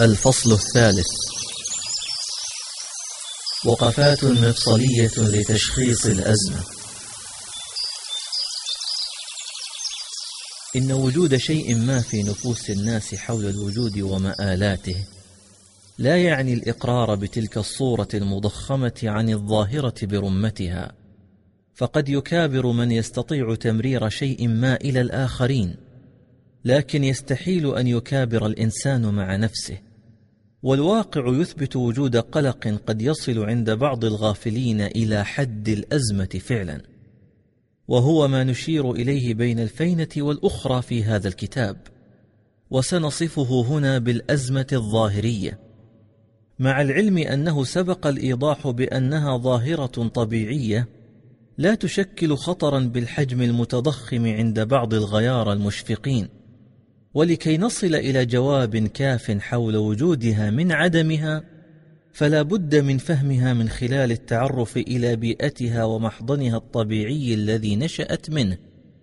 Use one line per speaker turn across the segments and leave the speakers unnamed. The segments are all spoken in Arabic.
الفصل الثالث: وقفات مفصلية لتشخيص الأزمة. إن وجود شيء ما في نفوس الناس حول الوجود ومآلاته لا يعني الإقرار بتلك الصورة المضخمة عن الظاهرة برمتها، فقد يكابر من يستطيع تمرير شيء ما إلى الآخرين، لكن يستحيل أن يكابر الإنسان مع نفسه. والواقع يثبت وجود قلق قد يصل عند بعض الغافلين إلى حد الأزمة فعلا، وهو ما نشير إليه بين الفينة والأخرى في هذا الكتاب، وسنصفه هنا بالأزمة الظاهرية، مع العلم أنه سبق الإيضاح بأنها ظاهرة طبيعية لا تشكل خطرا بالحجم المتضخم عند بعض الغيار المشفقين. ولكي نصل إلى جواب كاف حول وجودها من عدمها، فلا بد من فهمها من خلال التعرف إلى بيئتها ومحضنها الطبيعي الذي نشأت منه،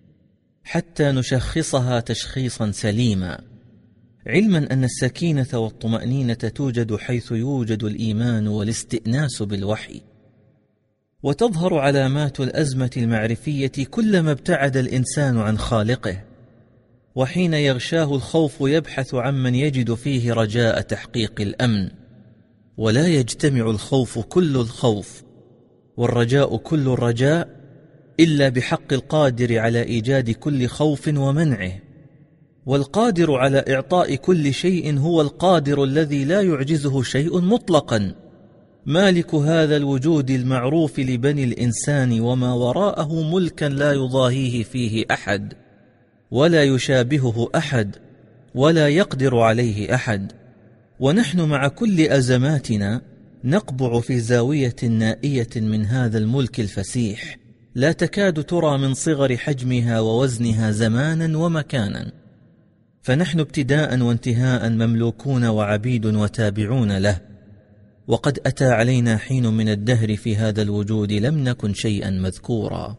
حتى نشخصها تشخيصا سليما، علما أن السكينة والطمأنينة توجد حيث يوجد الإيمان والاستئناس بالوحي. وتظهر علامات الأزمة المعرفية كلما ابتعد الإنسان عن خالقه، وحين يغشاه الخوف يبحث عمن يجد فيه رجاء تحقيق الأمن. ولا يجتمع الخوف كل الخوف والرجاء كل الرجاء إلا بحق القادر على إيجاد كل خوف ومنعه. والقادر على إعطاء كل شيء هو القادر الذي لا يعجزه شيء مطلقا، مالك هذا الوجود المعروف لبني الإنسان وما وراءه ملكا لا يضاهيه فيه أحد، ولا يشابهه أحد، ولا يقدر عليه أحد. ونحن مع كل أزماتنا نقبع في زاوية نائية من هذا الملك الفسيح، لا تكاد ترى من صغر حجمها ووزنها زمانا ومكانا. فنحن ابتداء وانتهاء مملوكون وعبيد وتابعون له، وقد أتى علينا حين من الدهر في هذا الوجود لم نكن شيئا مذكورا.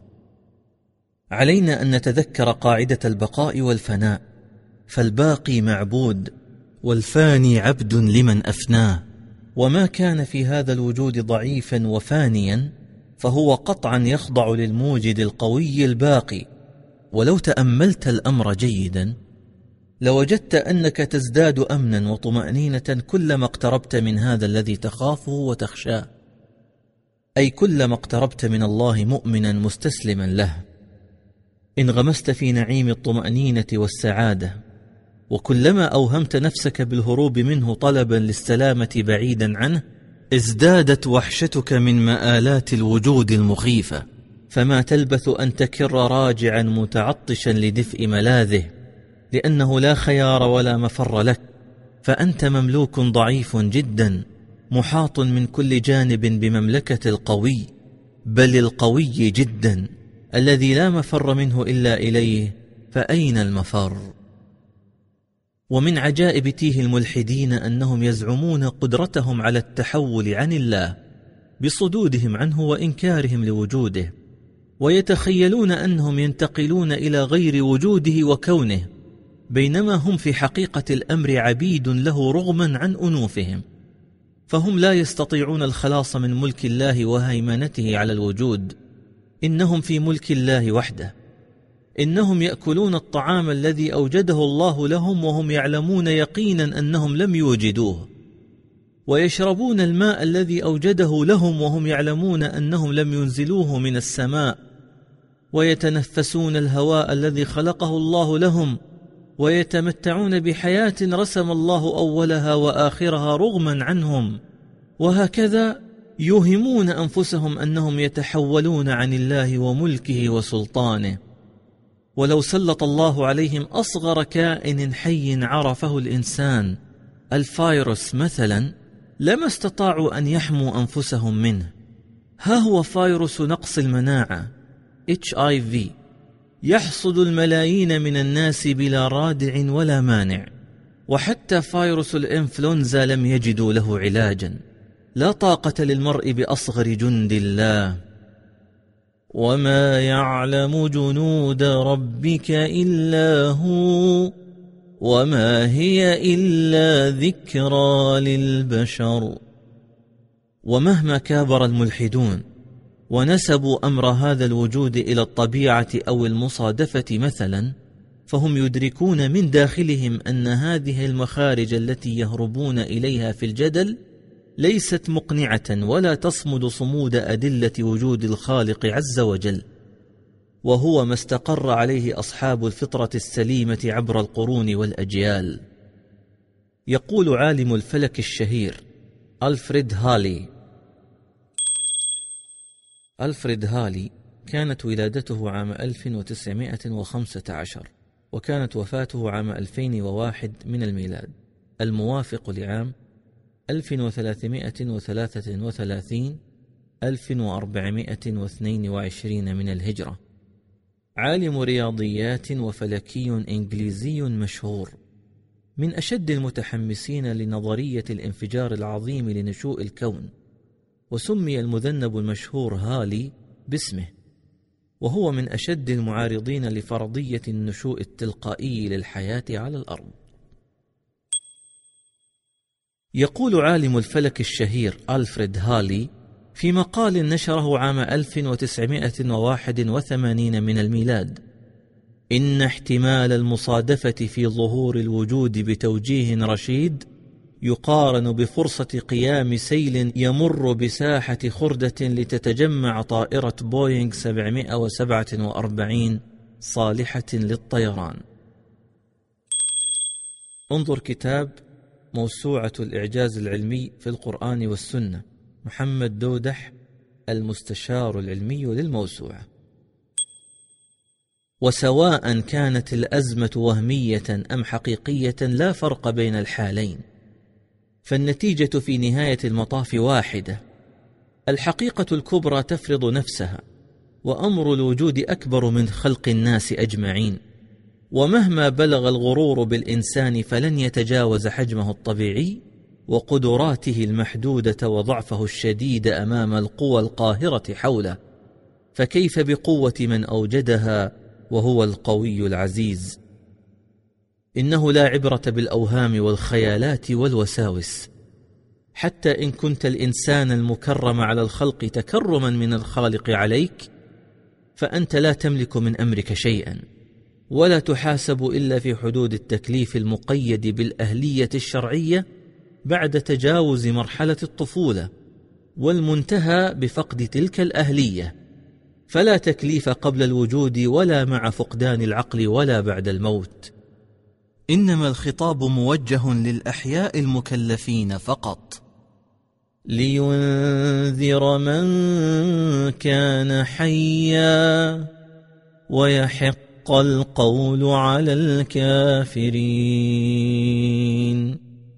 علينا أن نتذكر قاعدة البقاء والفناء، فالباقي معبود والفاني عبد لمن أفناه. وما كان في هذا الوجود ضعيفا وفانيا فهو قطعا يخضع للموجد القوي الباقي. ولو تأملت الأمر جيدا لوجدت أنك تزداد أمنا وطمأنينة كلما اقتربت من هذا الذي تخافه وتخشاه، أي كلما اقتربت من الله مؤمنا مستسلما له. انغمست في نعيم الطمأنينة والسعادة، وكلما أوهمت نفسك بالهروب منه طلبا للسلامة بعيدا عنه ازدادت وحشتك من مآلات الوجود المخيفة، فما تلبث أن تكر راجعا متعطشا لدفء ملاذه، لأنه لا خيار ولا مفر لك. فأنت مملوك ضعيف جدا، محاط من كل جانب بمملكة القوي، بل القوي جدا الذي لا مفر منه إلا إليه، فأين المفر؟ ومن عجائب تيه الملحدين أنهم يزعمون قدرتهم على التحول عن الله بصدودهم عنه وإنكارهم لوجوده، ويتخيلون أنهم ينتقلون إلى غير وجوده وكونه، بينما هم في حقيقة الأمر عبيد له رغما عن أنوفهم. فهم لا يستطيعون الخلاص من ملك الله وهيمنته على الوجود، إنهم في ملك الله وحده. إنهم يأكلون الطعام الذي أوجده الله لهم وهم يعلمون يقينا أنهم لم يوجدوه، ويشربون الماء الذي أوجده لهم وهم يعلمون أنهم لم ينزلوه من السماء، ويتنفسون الهواء الذي خلقه الله لهم، ويتمتعون بحياة رسم الله أولها وآخرها رغما عنهم. وهكذا يوهمون أنفسهم أنهم يتحولون عن الله وملكه وسلطانه. ولو سلط الله عليهم أصغر كائن حي عرفه الإنسان، الفيروس مثلا، لما استطاعوا أن يحموا أنفسهم منه. ها هو فيروس نقص المناعة HIV يحصد الملايين من الناس بلا رادع ولا مانع، وحتى فيروس الإنفلونزا لم يجدوا له علاجا. لا طاقة للمرء بأصغر جند الله. وما يعلم جنود ربك إلا هو وما هي إلا ذكرى للبشر. ومهما كابر الملحدون ونسبوا أمر هذا الوجود إلى الطبيعة أو المصادفة مثلا، فهم يدركون من داخلهم أن هذه المخارج التي يهربون إليها في الجدل ليست مقنعة ولا تصمد صمود أدلة وجود الخالق عز وجل، وهو ما استقر عليه أصحاب الفطرة السليمة عبر القرون والأجيال. يقول عالم الفلك الشهير ألفريد هالي كانت ولادته عام 1915 وكانت وفاته عام 2001 من الميلاد، الموافق لعام 1333 1422 من الهجرة. عالم رياضيات وفلكي إنجليزي مشهور، من أشد المتحمسين لنظرية الانفجار العظيم لنشوء الكون، وسمي المذنب المشهور هالي باسمه، وهو من أشد المعارضين لفرضية النشوء التلقائي للحياة على الأرض. يقول عالم الفلك الشهير ألفريد هالي في مقال نشره عام 1981 من الميلاد: إن احتمال المصادفة في ظهور الوجود بتوجيه رشيد يقارن بفرصة قيام سيل يمر بساحة خردة لتتجمع طائرة بوينغ 747 صالحة للطيران. انظر كتاب موسوعة الإعجاز العلمي في القرآن والسنة، محمد دودح، المستشار العلمي للموسوعة. وسواء كانت الأزمة وهمية أم حقيقية لا فرق بين الحالين، فالنتيجة في نهاية المطاف واحدة: الحقيقة الكبرى تفرض نفسها، وأمر الوجود أكبر من خلق الناس أجمعين، ومهما بلغ الغرور بالإنسان فلن يتجاوز حجمه الطبيعي وقدراته المحدودة وضعفه الشديد أمام القوى القاهرة حوله، فكيف بقوة من أوجدها وهو القوي العزيز؟ إنه لا عبرة بالأوهام والخيالات والوساوس، حتى إن كنت الإنسان المكرم على الخلق تكرما من الخالق عليك، فأنت لا تملك من أمرك شيئا، ولا تحاسب إلا في حدود التكليف المقيد بالأهلية الشرعية بعد تجاوز مرحلة الطفولة، والمنتهى بفقد تلك الأهلية، فلا تكليف قبل الوجود ولا مع فقدان العقل ولا بعد الموت. إنما الخطاب موجه للأحياء المكلفين فقط، لينذر من كان حيا ويحق القول على الكافرين.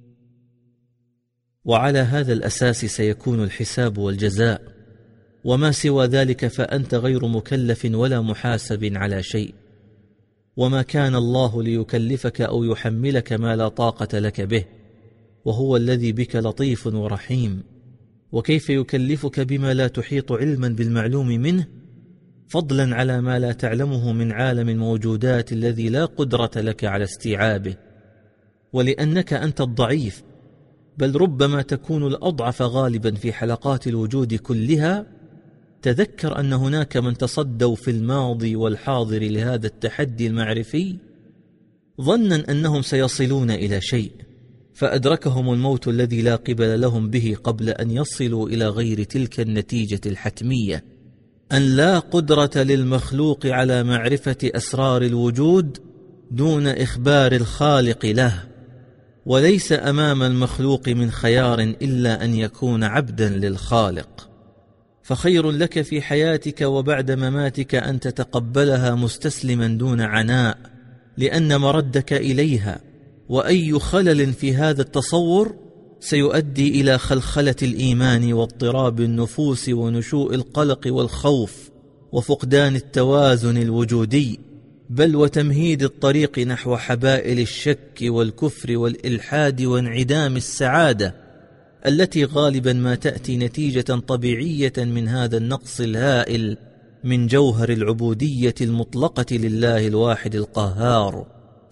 وعلى هذا الأساس سيكون الحساب والجزاء، وما سوى ذلك فأنت غير مكلف ولا محاسب على شيء، وما كان الله ليكلفك أو يحملك ما لا طاقة لك به، وهو الذي بك لطيف ورحيم، وكيف يكلفك بما لا تحيط علما بالمعلوم منه، فضلا على ما لا تعلمه من عالم الموجودات الذي لا قدرة لك على استيعابه. ولأنك أنت الضعيف، بل ربما تكون الأضعف غالبا في حلقات الوجود كلها، تذكر أن هناك من تصدوا في الماضي والحاضر لهذا التحدي المعرفي ظنا أنهم سيصلون إلى شيء، فأدركهم الموت الذي لا قبل لهم به قبل أن يصلوا إلى غير تلك النتيجة الحتمية: أن لا قدرة للمخلوق على معرفة أسرار الوجود دون إخبار الخالق له، وليس أمام المخلوق من خيار إلا أن يكون عبدا للخالق. فخير لك في حياتك وبعد مماتك أن تتقبلها مستسلما دون عناء، لأن مردك إليها وأي خلل في هذا التصور سيؤدي إلى خلخلة الإيمان واضطراب النفوس ونشوء القلق والخوف وفقدان التوازن الوجودي، بل وتمهيد الطريق نحو حبائل الشك والكفر والإلحاد وانعدام السعادة، التي غالبا ما تأتي نتيجة طبيعية من هذا النقص الهائل من جوهر العبودية المطلقة لله الواحد القهار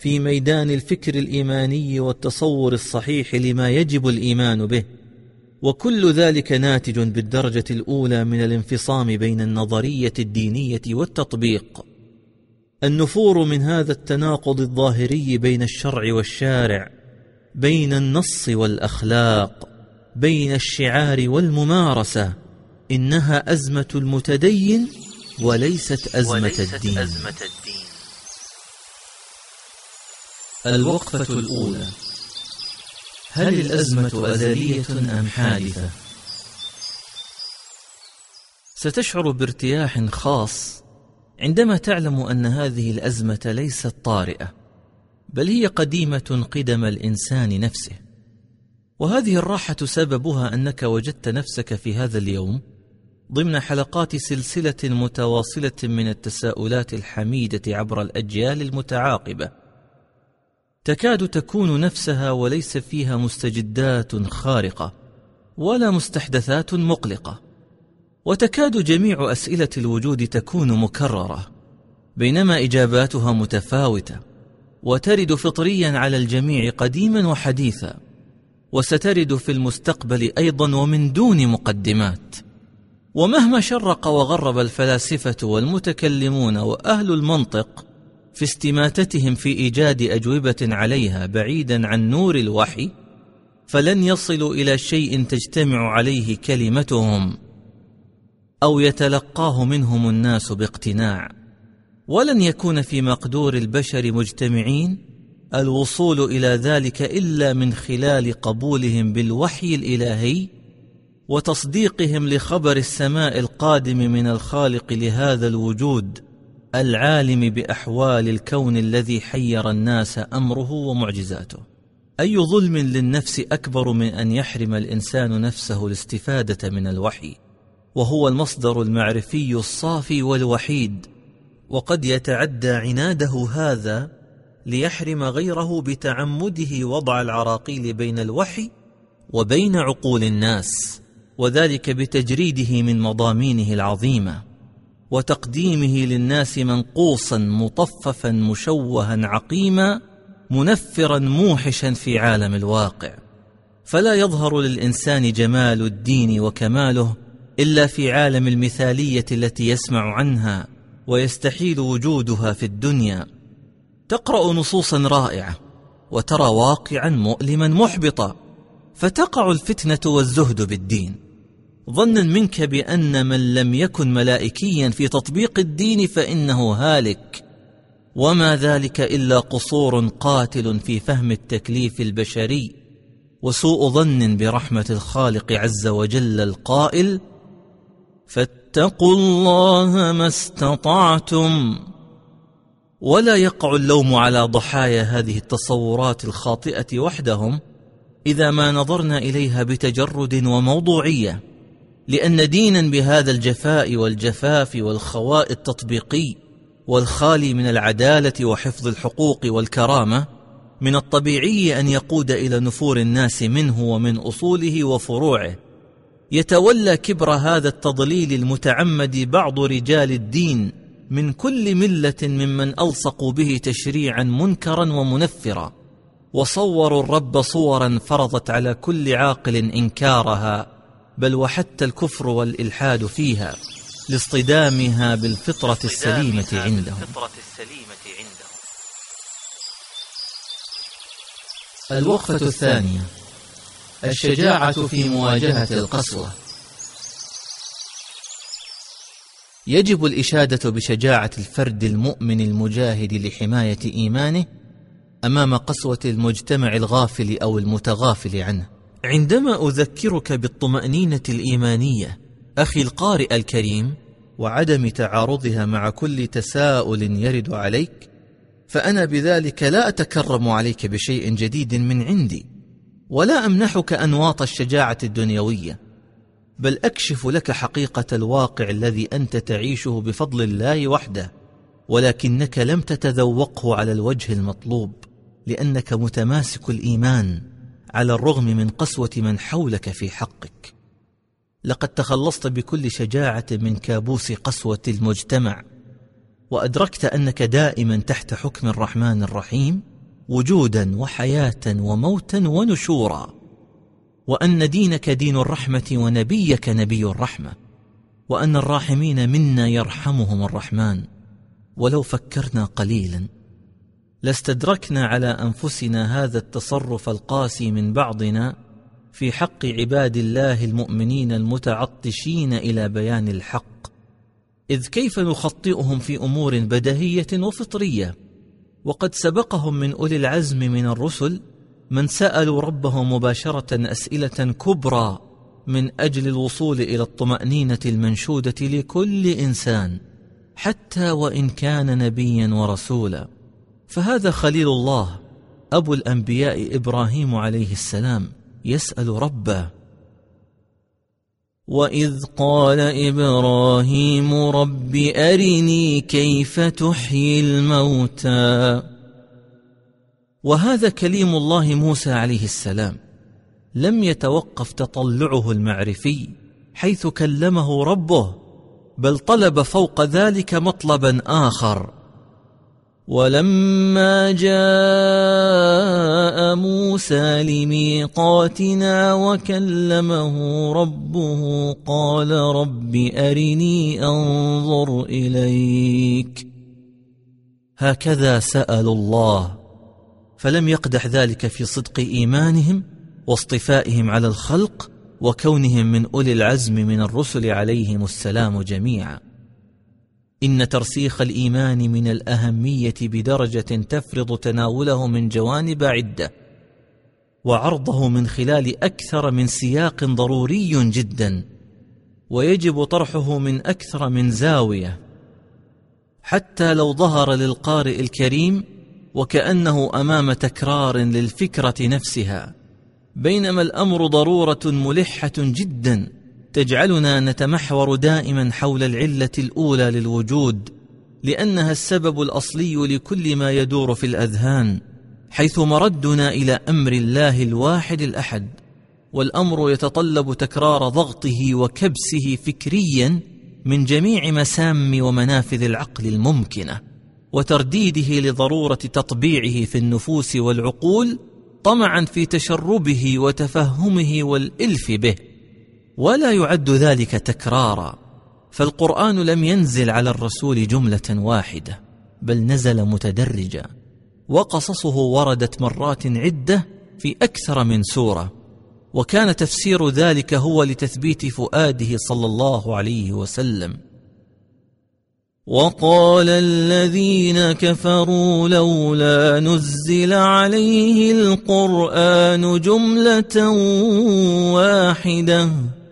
في ميدان الفكر الإيماني والتصور الصحيح لما يجب الإيمان به، وكل ذلك ناتج بالدرجة الأولى من الانفصام بين النظرية الدينية والتطبيق. النفور من هذا التناقض الظاهري بين الشرع والشارع، بين النص والأخلاق، بين الشعار والممارسة، إنها أزمة المتدين وليست أزمة الدين. الوقفة الأولى: هل الأزمة أزلية أم حادثة؟ ستشعر بارتياح خاص عندما تعلم أن هذه الأزمة ليست طارئة، بل هي قديمة قدم الإنسان نفسه. وهذه الراحة سببها أنك وجدت نفسك في هذا اليوم ضمن حلقات سلسلة متواصلة من التساؤلات الحميدة عبر الأجيال المتعاقبة، تكاد تكون نفسها وليس فيها مستجدات خارقة ولا مستحدثات مقلقة، وتكاد جميع أسئلة الوجود تكون مكررة، بينما إجاباتها متفاوتة وترد فطريا على الجميع قديما وحديثا، وسترد في المستقبل أيضا ومن دون مقدمات. ومهما شرق وغرب الفلاسفة والمتكلمون وأهل المنطق في استماتتهم في إيجاد أجوبة عليها بعيدا عن نور الوحي، فلن يصلوا إلى شيء تجتمع عليه كلمتهم أو يتلقاه منهم الناس باقتناع. ولن يكون في مقدور البشر مجتمعين الوصول إلى ذلك إلا من خلال قبولهم بالوحي الإلهي وتصديقهم لخبر السماء القادم من الخالق لهذا الوجود العالم بأحوال الكون الذي حير الناس أمره ومعجزاته. أي ظلم للنفس أكبر من أن يحرم الإنسان نفسه الاستفادة من الوحي، وهو المصدر المعرفي الصافي والوحيد، وقد يتعدى عناده هذا ليحرم غيره بتعمده وضع العراقيل بين الوحي وبين عقول الناس، وذلك بتجريده من مضامينه العظيمة وتقديمه للناس منقوصا مطففا مشوها عقيما منفرا موحشا في عالم الواقع. فلا يظهر للإنسان جمال الدين وكماله إلا في عالم المثالية التي يسمع عنها ويستحيل وجودها في الدنيا. تقرأ نصوصا رائعة وترى واقعا مؤلما محبطا، فتقع الفتنة والزهد بالدين ظنا منك بأن من لم يكن ملائكيا في تطبيق الدين فإنه هالك، وما ذلك إلا قصور قاتل في فهم التكليف البشري وسوء ظن برحمة الخالق عز وجل القائل: فاتقوا الله ما استطعتم. ولا يقع اللوم على ضحايا هذه التصورات الخاطئة وحدهم إذا ما نظرنا إليها بتجرد وموضوعية، لأن دينا بهذا الجفاء والجفاف والخواء التطبيقي والخالي من العدالة وحفظ الحقوق والكرامة من الطبيعي أن يقود إلى نفور الناس منه ومن أصوله وفروعه. يتولى كبر هذا التضليل المتعمد بعض رجال الدين من كل ملة ممن ألصقوا به تشريعا منكرا ومنفرا، وصوروا الرب صورا فرضت على كل عاقل إنكارها، بل وحتى الكفر والإلحاد فيها لاصطدامها بالفطرة السليمة عندهم. الوقفة الثانية: الشجاعة في مواجهة القسوة. يجب الإشادة بشجاعة الفرد المؤمن المجاهد لحماية إيمانه أمام قسوة المجتمع الغافل أو المتغافل عنه. عندما أذكرك بالطمأنينة الإيمانية أخي القارئ الكريم وعدم تعارضها مع كل تساؤل يرد عليك، فأنا بذلك لا أتكرم عليك بشيء جديد من عندي، ولا أمنحك أنواط الشجاعة الدنيوية، بل أكشف لك حقيقة الواقع الذي أنت تعيشه بفضل الله وحده، ولكنك لم تتذوقه على الوجه المطلوب، لأنك متماسك الإيمان على الرغم من قسوة من حولك في حقك. لقد تخلصت بكل شجاعة من كابوس قسوة المجتمع، وأدركت أنك دائما تحت حكم الرحمن الرحيم وجودا وحياة وموتا ونشورا، وأن دينك دين الرحمة ونبيك نبي الرحمة، وأن الراحمين منا يرحمهم الرحمن. ولو فكرنا قليلا لاستدركنا على أنفسنا هذا التصرف القاسي من بعضنا في حق عباد الله المؤمنين المتعطشين إلى بيان الحق، إذ كيف نخطئهم في أمور بديهية وفطرية، وقد سبقهم من أولي العزم من الرسل من سألوا ربهم مباشرة أسئلة كبرى من أجل الوصول إلى الطمأنينة المنشودة لكل إنسان حتى وإن كان نبيا ورسولا. فهذا خليل الله أبو الأنبياء إبراهيم عليه السلام يسأل ربه: وإذ قال إبراهيم رب أرني كيف تحيي الموتى. وهذا كليم الله موسى عليه السلام لم يتوقف تطلعه المعرفي حيث كلمه ربه، بل طلب فوق ذلك مطلبا آخر: ولما جاء موسى لميقاتنا وكلمه ربه قال رب أرني أنظر إليك. هكذا سألوا الله، فلم يقدح ذلك في صدق إيمانهم واصطفائهم على الخلق وكونهم من أولي العزم من الرسل عليهم السلام جميعا. إن ترسيخ الإيمان من الأهمية بدرجة تفرض تناوله من جوانب عدة، وعرضه من خلال أكثر من سياق ضروري جدا، ويجب طرحه من أكثر من زاوية، حتى لو ظهر للقارئ الكريم وكأنه أمام تكرار للفكرة نفسها، بينما الأمر ضرورة ملحة جدا تجعلنا نتمحور دائما حول العلة الأولى للوجود، لأنها السبب الأصلي لكل ما يدور في الأذهان، حيث مردنا إلى أمر الله الواحد الأحد، والأمر يتطلب تكرار ضغطه وكبسه فكريا من جميع مسام ومنافذ العقل الممكنة، وترديده لضرورة تطبيعه في النفوس والعقول طمعا في تشربه وتفهمه والإلف به. ولا يعد ذلك تكرارا، فالقرآن لم ينزل على الرسول جملة واحدة، بل نزل متدرجا، وقصصه وردت مرات عدة في أكثر من سورة، وكان تفسير ذلك هو لتثبيت فؤاده صلى الله عليه وسلم. وقال الذين كفروا لولا نزل عليه القرآن جملة واحدة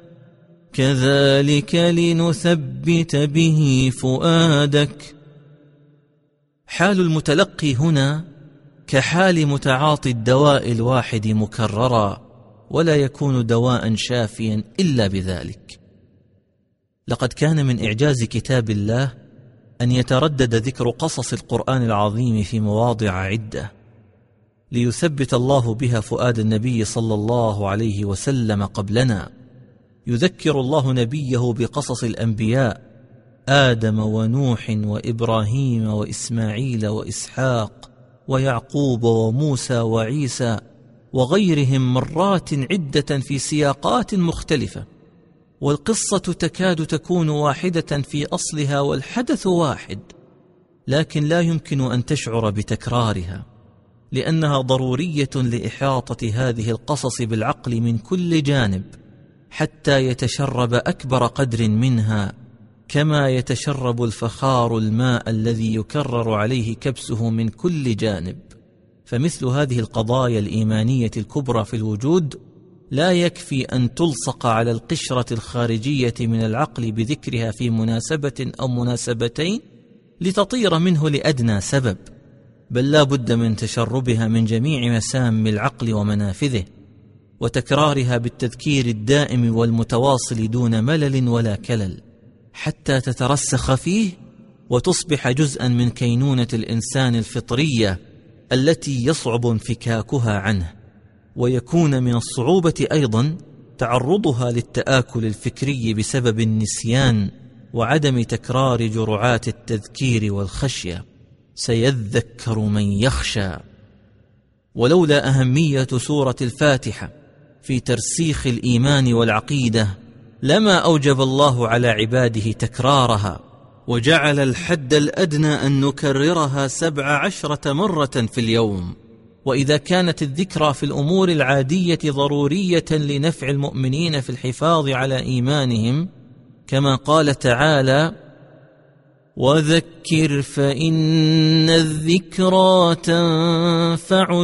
كذلك لنثبت به فؤادك. حال المتلقي هنا كحال متعاطي الدواء الواحد مكررا، ولا يكون دواء شافيا إلا بذلك. لقد كان من إعجاز كتاب الله أن يتردد ذكر قصص القرآن العظيم في مواضع عدة، ليثبت الله بها فؤاد النبي صلى الله عليه وسلم قبلنا. يذكر الله نبيه بقصص الأنبياء آدم ونوح وإبراهيم وإسماعيل وإسحاق ويعقوب وموسى وعيسى وغيرهم مرات عدة في سياقات مختلفة، والقصة تكاد تكون واحدة في أصلها والحدث واحد، لكن لا يمكن أن تشعر بتكرارها، لأنها ضرورية لإحاطة هذه القصص بالعقل من كل جانب حتى يتشرب أكبر قدر منها، كما يتشرب الفخار الماء الذي يكرر عليه كبسه من كل جانب. فمثل هذه القضايا الإيمانية الكبرى في الوجود لا يكفي أن تلصق على القشرة الخارجية من العقل بذكرها في مناسبة أو مناسبتين لتطير منه لأدنى سبب، بل لا بد من تشربها من جميع مسام العقل ومنافذه، وتكرارها بالتذكير الدائم والمتواصل دون ملل ولا كلل، حتى تترسخ فيه وتصبح جزءا من كينونة الإنسان الفطرية التي يصعب انفكاكها عنه. ويكون من الصعوبة أيضا تعرضها للتآكل الفكري بسبب النسيان وعدم تكرار جرعات التذكير والخشية. سيذكر من يخشى. ولولا أهمية سورة الفاتحة في ترسيخ الإيمان والعقيدة لما أوجب الله على عباده تكرارها، وجعل الحد الأدنى أن نكررها 17 مرة في اليوم. وإذا كانت الذكرى في الأمور العادية ضرورية لنفع المؤمنين في الحفاظ على إيمانهم، كما قال تعالى: وذكر فإن الذكرى تنفع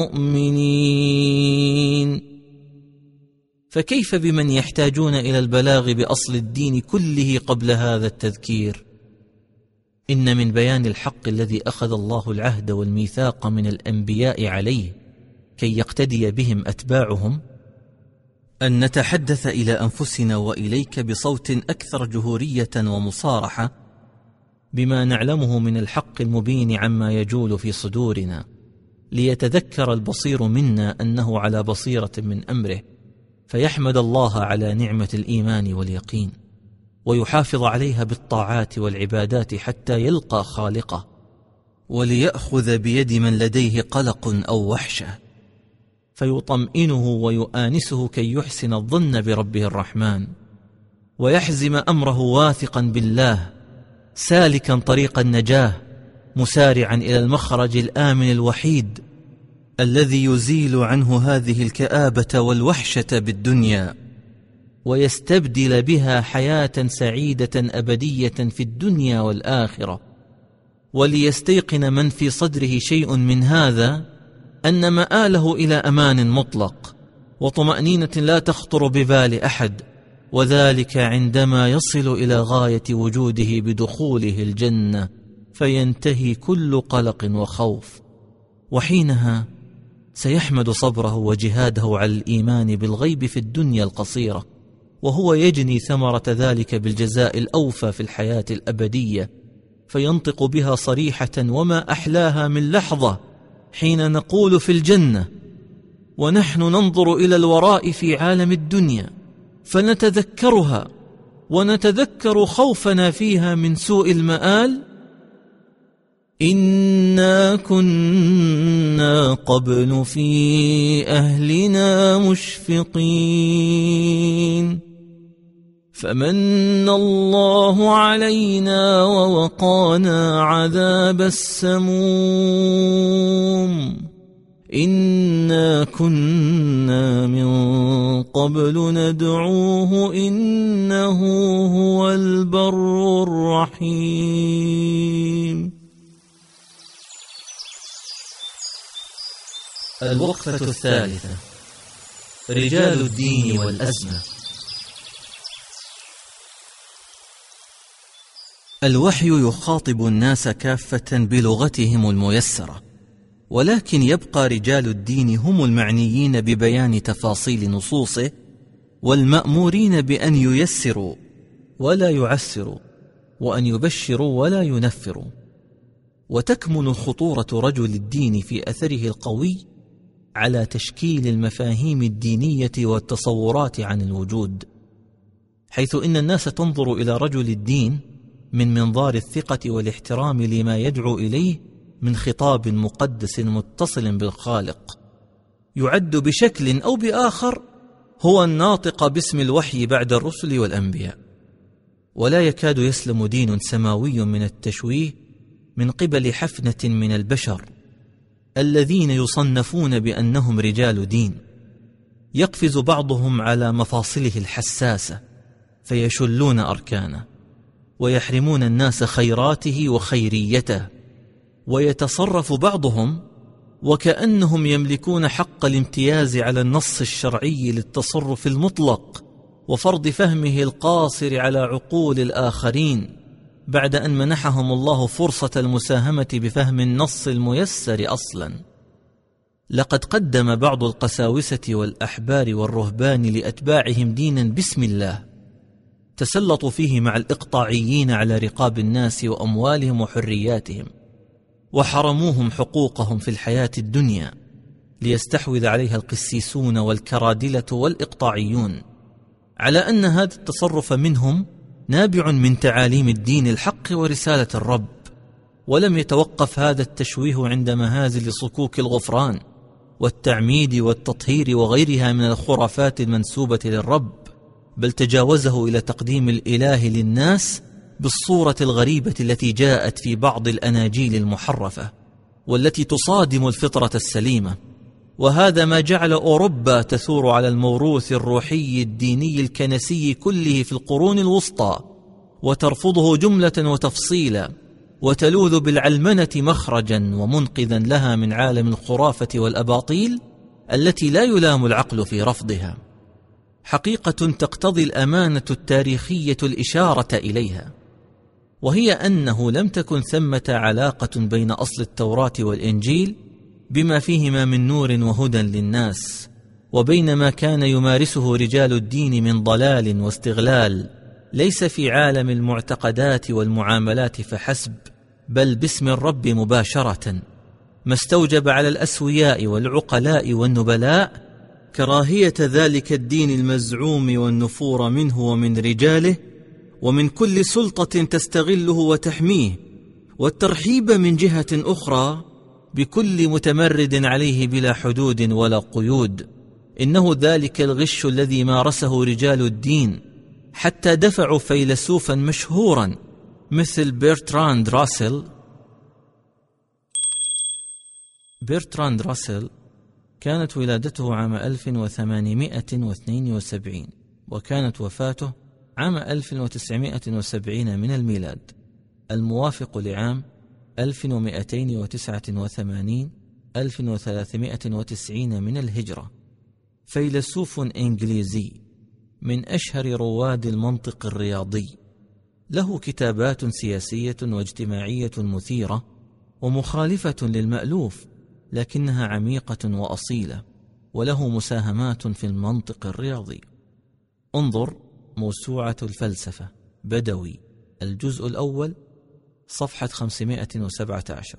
المؤمنين، فكيف بمن يحتاجون إلى البلاغ بأصل الدين كله قبل هذا التذكير؟ إن من بيان الحق الذي أخذ الله العهد والميثاق من الأنبياء عليه كي يقتدي بهم أتباعهم أن نتحدث إلى أنفسنا وإليك بصوت أكثر جهورية ومصارحة بما نعلمه من الحق المبين عما يجول في صدورنا، ليتذكر البصير منا أنه على بصيرة من أمره، فيحمد الله على نعمة الإيمان واليقين، ويحافظ عليها بالطاعات والعبادات حتى يلقى خالقه، وليأخذ بيد من لديه قلق أو وحشة فيطمئنه ويؤانسه كي يحسن الظن بربه الرحمن، ويحزم أمره واثقا بالله، سالكا طريق النجاة، مسارعا إلى المخرج الآمن الوحيد الذي يزيل عنه هذه الكآبة والوحشة بالدنيا، ويستبدل بها حياة سعيدة أبدية في الدنيا والآخرة. وليستيقن من في صدره شيء من هذا أن مآله إلى أمان مطلق وطمأنينة لا تخطر ببال أحد، وذلك عندما يصل إلى غاية وجوده بدخوله الجنة، فينتهي كل قلق وخوف، وحينها سيحمد صبره وجهاده على الإيمان بالغيب في الدنيا القصيرة، وهو يجني ثمرة ذلك بالجزاء الأوفى في الحياة الأبدية، فينطق بها صريحة: وما أحلاها من لحظة حين نقول في الجنة ونحن ننظر إلى الوراء في عالم الدنيا فنتذكرها ونتذكر خوفنا فيها من سوء المآل: إنا كنا قبل في أهلنا مشفقين فمن الله علينا ووقانا عذاب السموم إنا كنا من قبل ندعوه إنه هو البر الرحيم. الوقفة الثالثة: رجال الدين والأزمة. الوحي يخاطب الناس كافة بلغتهم الميسرة، ولكن يبقى رجال الدين هم المعنيين ببيان تفاصيل نصوصه، والمأمورين بأن ييسروا ولا يعسروا، وأن يبشروا ولا ينفروا. وتكمن خطورة رجل الدين في أثره القوي على تشكيل المفاهيم الدينية والتصورات عن الوجود، حيث إن الناس تنظر إلى رجل الدين من منظار الثقة والاحترام لما يدعو إليه من خطاب مقدس متصل بالخالق، يعد بشكل أو بآخر هو الناطق باسم الوحي بعد الرسل والأنبياء. ولا يكاد يسلم دين سماوي من التشويه من قبل حفنة من البشر الذين يصنفون بأنهم رجال دين، يقفز بعضهم على مفاصله الحساسة فيشلون أركانه، ويحرمون الناس خيراته وخيريته، ويتصرف بعضهم وكأنهم يملكون حق الامتياز على النص الشرعي للتصرف المطلق وفرض فهمه القاصر على عقول الآخرين، بعد أن منحهم الله فرصة المساهمة بفهم النص الميسر أصلا. لقد قدم بعض القساوسة والأحبار والرهبان لأتباعهم دينا باسم الله تسلطوا فيه مع الإقطاعيين على رقاب الناس وأموالهم وحرياتهم، وحرموهم حقوقهم في الحياة الدنيا ليستحوذ عليها القسيسون والكرادلة والإقطاعيون، على أن هذا التصرف منهم نابع من تعاليم الدين الحق ورسالة الرب. ولم يتوقف هذا التشويه عند مهازل صكوك الغفران، والتعميد والتطهير وغيرها من الخرافات المنسوبة للرب، بل تجاوزه إلى تقديم الإله للناس بالصورة الغريبة التي جاءت في بعض الأناجيل المحرفة والتي تصادم الفطرة السليمة. وهذا ما جعل أوروبا تثور على الموروث الروحي الديني الكنسي كله في القرون الوسطى، وترفضه جملة وتفصيلا، وتلوذ بالعلمنة مخرجا ومنقذا لها من عالم الخرافة والأباطيل التي لا يلام العقل في رفضها، حقيقة تقتضي الأمانة التاريخية الإشارة إليها، وهي أنه لم تكن ثمة علاقة بين أصل التوراة والإنجيل بما فيهما من نور وهدى للناس، وبين ما كان يمارسه رجال الدين من ضلال واستغلال، ليس في عالم المعتقدات والمعاملات فحسب، بل باسم الرب مباشرة، ما استوجب على الأسوياء والعقلاء والنبلاء كراهية ذلك الدين المزعوم والنفور منه ومن رجاله ومن كل سلطة تستغله وتحميه، والترحيب من جهة أخرى بكل متمرد عليه بلا حدود ولا قيود. إنه ذلك الغش الذي مارسه رجال الدين حتى دفعوا فيلسوفا مشهورا مثل برتراند راسل كانت ولادته عام 1872 وكانت وفاته عام 1970 من الميلاد، الموافق لعام 1289 من الهجرة. فيلسوف إنجليزي من أشهر رواد المنطق الرياضي، له كتابات سياسية واجتماعية مثيرة ومخالفة للمألوف، لكنها عميقة وأصيلة، وله مساهمات في المنطق الرياضي. انظر موسوعة الفلسفة بدوي الجزء الأول صفحة 517.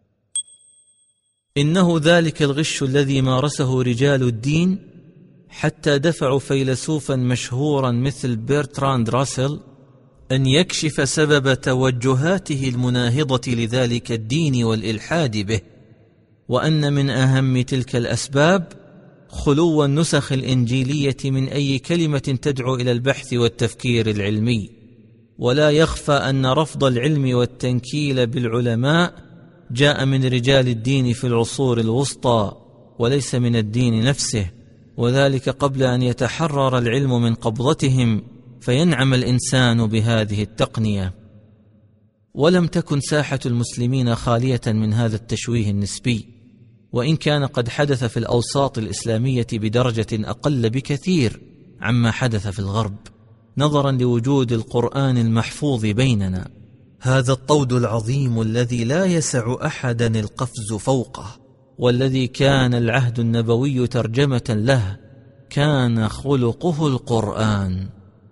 إنه ذلك الغش الذي مارسه رجال الدين حتى دفعوا فيلسوفا مشهورا مثل برتراند راسل أن يكشف سبب توجهاته المناهضة لذلك الدين والإلحاد به، وأن من أهم تلك الأسباب خلو النسخ الإنجيلية من أي كلمة تدعو إلى البحث والتفكير العلمي. ولا يخفى أن رفض العلم والتنكيل بالعلماء جاء من رجال الدين في العصور الوسطى وليس من الدين نفسه، وذلك قبل أن يتحرر العلم من قبضتهم فينعم الإنسان بهذه التقنية. ولم تكن ساحة المسلمين خالية من هذا التشويه النسبي، وإن كان قد حدث في الأوساط الإسلامية بدرجة أقل بكثير عما حدث في الغرب، نظرا لوجود القرآن المحفوظ بيننا، هذا الطود العظيم الذي لا يسع أحدا القفز فوقه، والذي كان العهد النبوي ترجمة له، كان خلقه القرآن.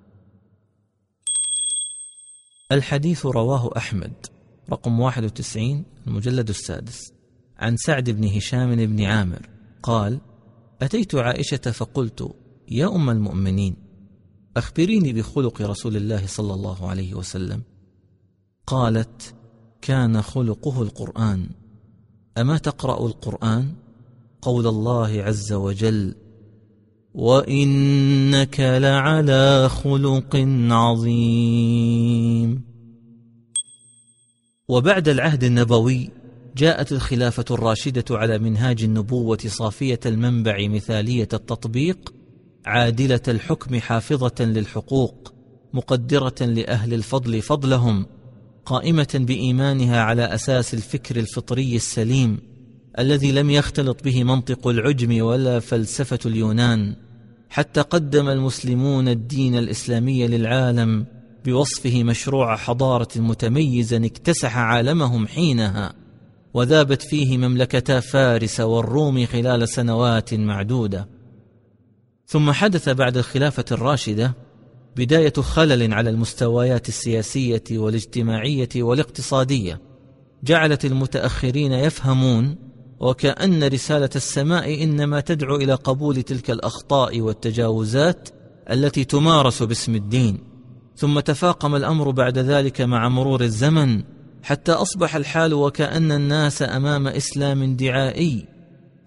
الحديث رواه أحمد رقم 91 المجلد 6 عن سعد بن هشام بن عامر قال: أتيت عائشة فقلت: يا أم المؤمنين، أخبريني بخلق رسول الله صلى الله عليه وسلم. قالت: كان خلقه القرآن. أما تقرأ القرآن؟ قول الله عز وجل: وإنك لعلى خلق عظيم. وبعد العهد النبوي جاءت الخلافة الراشدة على منهاج النبوة صافية المنبع مثالية التطبيق، عادلة الحكم حافظة للحقوق، مقدرة لأهل الفضل فضلهم، قائمة بإيمانها على أساس الفكر الفطري السليم الذي لم يختلط به منطق العجم ولا فلسفة اليونان، حتى قدم المسلمون الدين الإسلامي للعالم بوصفه مشروع حضارة متميزا اكتسح عالمهم حينها، وذابت فيه مملكتا فارس والروم خلال سنوات معدودة. ثم حدث بعد الخلافة الراشدة بداية خلل على المستويات السياسية والاجتماعية والاقتصادية، جعلت المتأخرين يفهمون وكأن رسالة السماء إنما تدعو إلى قبول تلك الأخطاء والتجاوزات التي تمارس باسم الدين. ثم تفاقم الأمر بعد ذلك مع مرور الزمن، حتى أصبح الحال وكأن الناس أمام إسلام دعائي،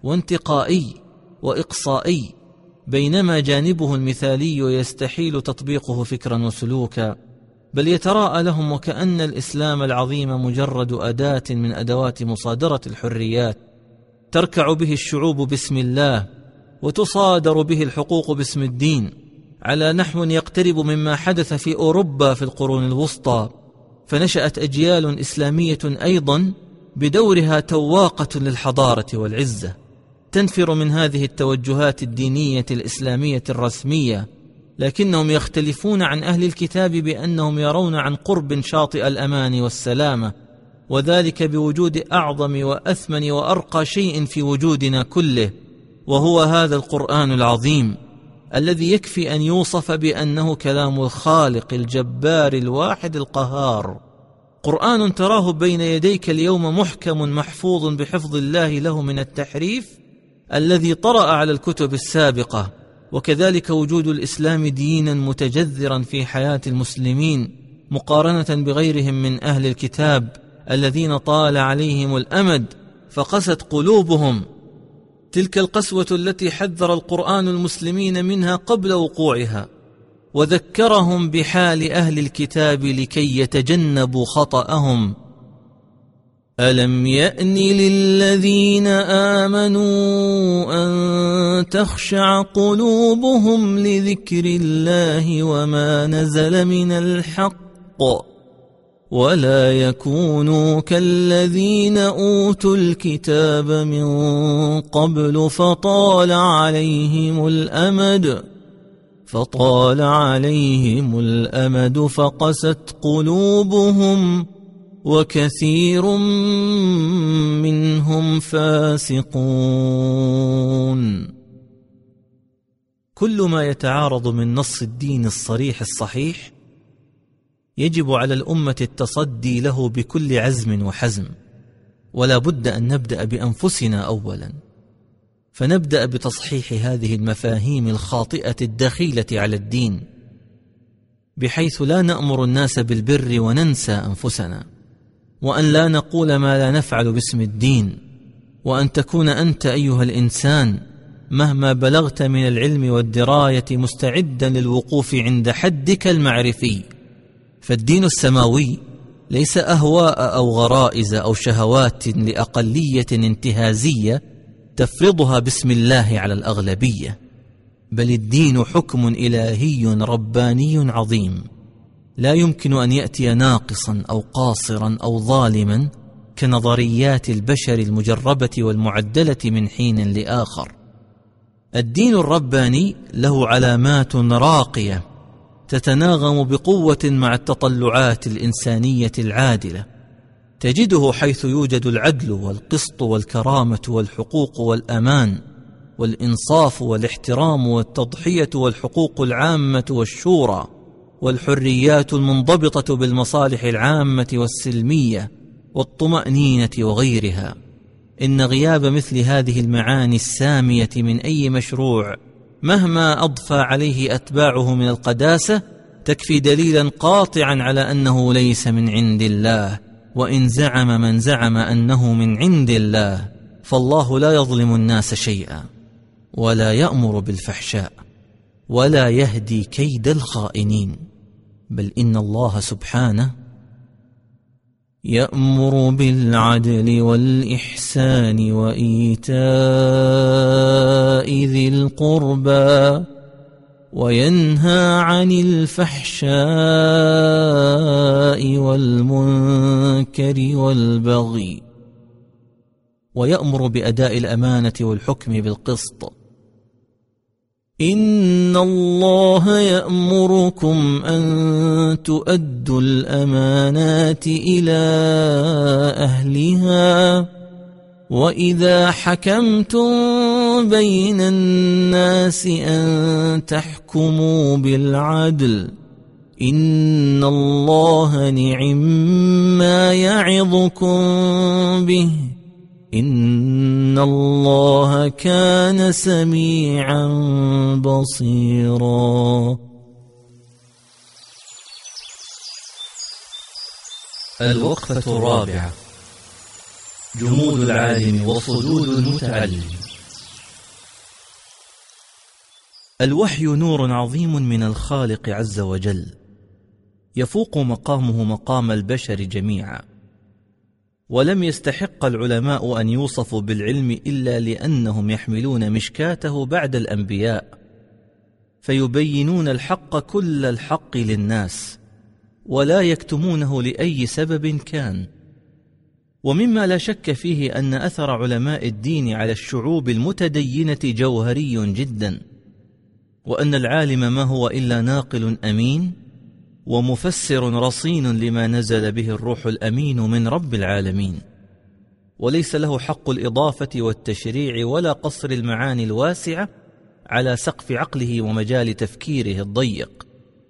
وانتقائي وإقصائي، بينما جانبه المثالي يستحيل تطبيقه فكرا وسلوكا، بل يتراءى لهم وكأن الإسلام العظيم مجرد أداة من أدوات مصادرة الحريات، تركع به الشعوب باسم الله، وتصادر به الحقوق باسم الدين، على نحو يقترب مما حدث في أوروبا في القرون الوسطى. فنشأت أجيال إسلامية أيضا بدورها تواقة للحضارة والعزة، تنفر من هذه التوجهات الدينية الإسلامية الرسمية، لكنهم يختلفون عن أهل الكتاب بأنهم يرون عن قرب شاطئ الأمان والسلامة، وذلك بوجود أعظم وأثمن وأرقى شيء في وجودنا كله، وهو هذا القرآن العظيم الذي يكفي أن يوصف بأنه كلام الخالق الجبار الواحد القهار. قرآن تراه بين يديك اليوم محكم محفوظ بحفظ الله له من التحريف الذي طرأ على الكتب السابقة. وكذلك وجود الإسلام دينا متجذرا في حياة المسلمين مقارنة بغيرهم من أهل الكتاب الذين طال عليهم الأمد فقست قلوبهم، تلك القسوة التي حذر القرآن المسلمين منها قبل وقوعها، وذكرهم بحال أهل الكتاب لكي يتجنبوا خطأهم. ألم يأن للذين آمنوا أن تخشع قلوبهم لذكر الله وما نزل من الحق، ولا يكونوا كالذين أوتوا الكتاب من قبل فطال عليهم الأمد فقست قلوبهم، وكثير منهم فاسقون. كل ما يتعارض من نص الدين الصريح الصحيح يجب على الأمة التصدي له بكل عزم وحزم، ولا بد أن نبدأ بأنفسنا أولا، فنبدأ بتصحيح هذه المفاهيم الخاطئة الدخيلة على الدين، بحيث لا نأمر الناس بالبر وننسى أنفسنا، وأن لا نقول ما لا نفعل باسم الدين، وأن تكون أنت أيها الإنسان مهما بلغت من العلم والدراية مستعدا للوقوف عند حدك المعرفي. فالدين السماوي ليس أهواء أو غرائز أو شهوات لأقلية انتهازية تفرضها باسم الله على الأغلبية، بل الدين حكم إلهي رباني عظيم لا يمكن أن يأتي ناقصا أو قاصرا أو ظالما كنظريات البشر المجربة والمعدلة من حين لآخر. الدين الرباني له علامات راقية تتناغم بقوة مع التطلعات الإنسانية العادلة، تجده حيث يوجد العدل والقسط والكرامة والحقوق والأمان والإنصاف والاحترام والتضحية والحقوق العامة والشورى والحريات المنضبطة بالمصالح العامة والسلمية والطمأنينة وغيرها. إن غياب مثل هذه المعاني السامية من أي مشروع مهما أضفى عليه أتباعه من القداسة تكفي دليلا قاطعا على أنه ليس من عند الله. وإن زعم من زعم أنه من عند الله فالله لا يظلم الناس شيئا، ولا يأمر بالفحشاء، ولا يهدي كيد الخائنين، بل إن الله سبحانه يأمر بالعدل والإحسان وإيتاء ذي القربى وينهى عن الفحشاء والمنكر والبغي، ويأمر بأداء الأمانة والحكم بالقسط. إن الله يأمركم أن تؤدوا الأمانات إلى أهلها وإذا حكمتم بين الناس أن تحكموا بالعدل إن الله نعما يعظكم به إن الله كان سميعا بصيرا.
الوقفة الرابعة: جمود العالم وصدود المتعلم.
الوحي نور عظيم من الخالق عز وجل، يفوق مقامه مقام البشر جميعا، ولم يستحق العلماء أن يوصفوا بالعلم إلا لأنهم يحملون مشكاته بعد الأنبياء، فيبينون الحق كل الحق للناس ولا يكتمونه لأي سبب كان. ومما لا شك فيه أن أثر علماء الدين على الشعوب المتدينة جوهري جدا، وأن العالم ما هو إلا ناقل أمين ومفسر رصين لما نزل به الروح الأمين من رب العالمين، وليس له حق الإضافة والتشريع ولا قصر المعاني الواسعة على سقف عقله ومجال تفكيره الضيق،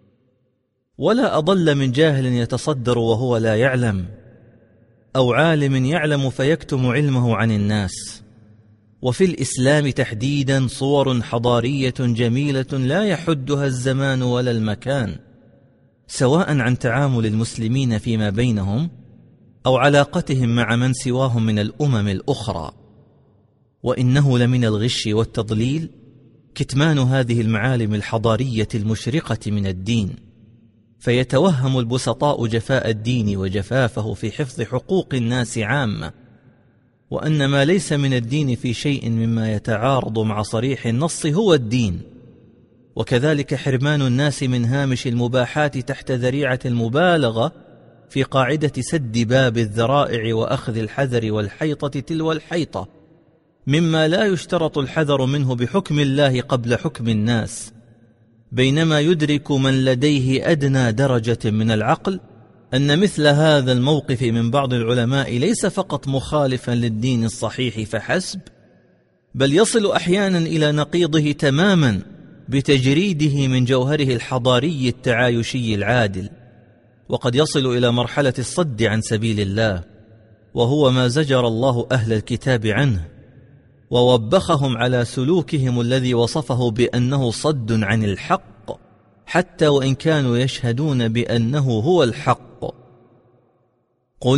ولا أضل من جاهل يتصدر وهو لا يعلم، أو عالم يعلم فيكتم علمه عن الناس. وفي الإسلام تحديدا صور حضارية جميلة لا يحدها الزمان ولا المكان، سواء عن تعامل المسلمين فيما بينهم أو علاقتهم مع من سواهم من الأمم الأخرى. وإنه لمن الغش والتضليل كتمان هذه المعالم الحضارية المشرقة من الدين، فيتوهم البسطاء جفاء الدين وجفافه في حفظ حقوق الناس عامة، وأن ما ليس من الدين في شيء مما يتعارض مع صريح النص هو الدين. وكذلك حرمان الناس من هامش المباحات تحت ذريعة المبالغة في قاعدة سد باب الذرائع وأخذ الحذر والحيطة تلو الحيطة، مما لا يشترط الحذر منه بحكم الله قبل حكم الناس، بينما يدرك من لديه أدنى درجة من العقل أن مثل هذا الموقف من بعض العلماء ليس فقط مخالفا للدين الصحيح فحسب، بل يصل أحيانا إلى نقيضه تماما بتجريده من جوهره الحضاري التعايشي العادل، وقد يصل إلى مرحلة الصد عن سبيل الله، وهو ما زجر الله أهل الكتاب عنه ووبخهم على سلوكهم الذي وصفه بأنه صد عن الحق، حتى وإن كانوا يشهدون بأنه هو الحق. قل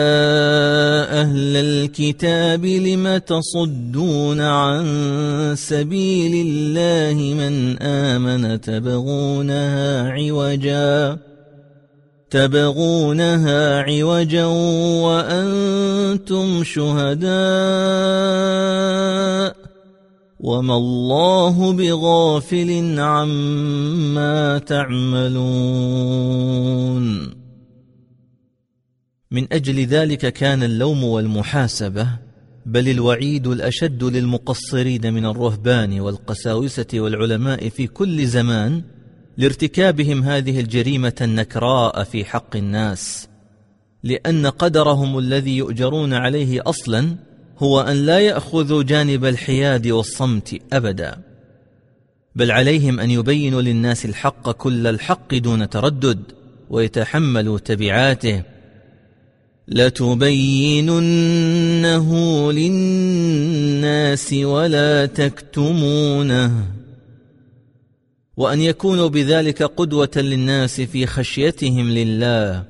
يا أهل الكتاب لم تصدون عن سبيل الله من آمن تبغونها عوجا وأنتم شهداء وما الله بغافل عما تعملون. من أجل ذلك كان اللوم والمحاسبة، بل الوعيد الأشد للمقصرين من الرهبان والقساوسة والعلماء في كل زمان لارتكابهم هذه الجريمة النكراء في حق الناس، لأن قدرهم الذي يؤجرون عليه أصلا هو أن لا يأخذوا جانب الحياد والصمت أبدا، بل عليهم أن يبينوا للناس الحق كل الحق دون تردد ويتحملوا تبعاته. لتبيننه للناس ولا تكتمونه، وأن يكونوا بذلك قدوة للناس في خشيتهم لله.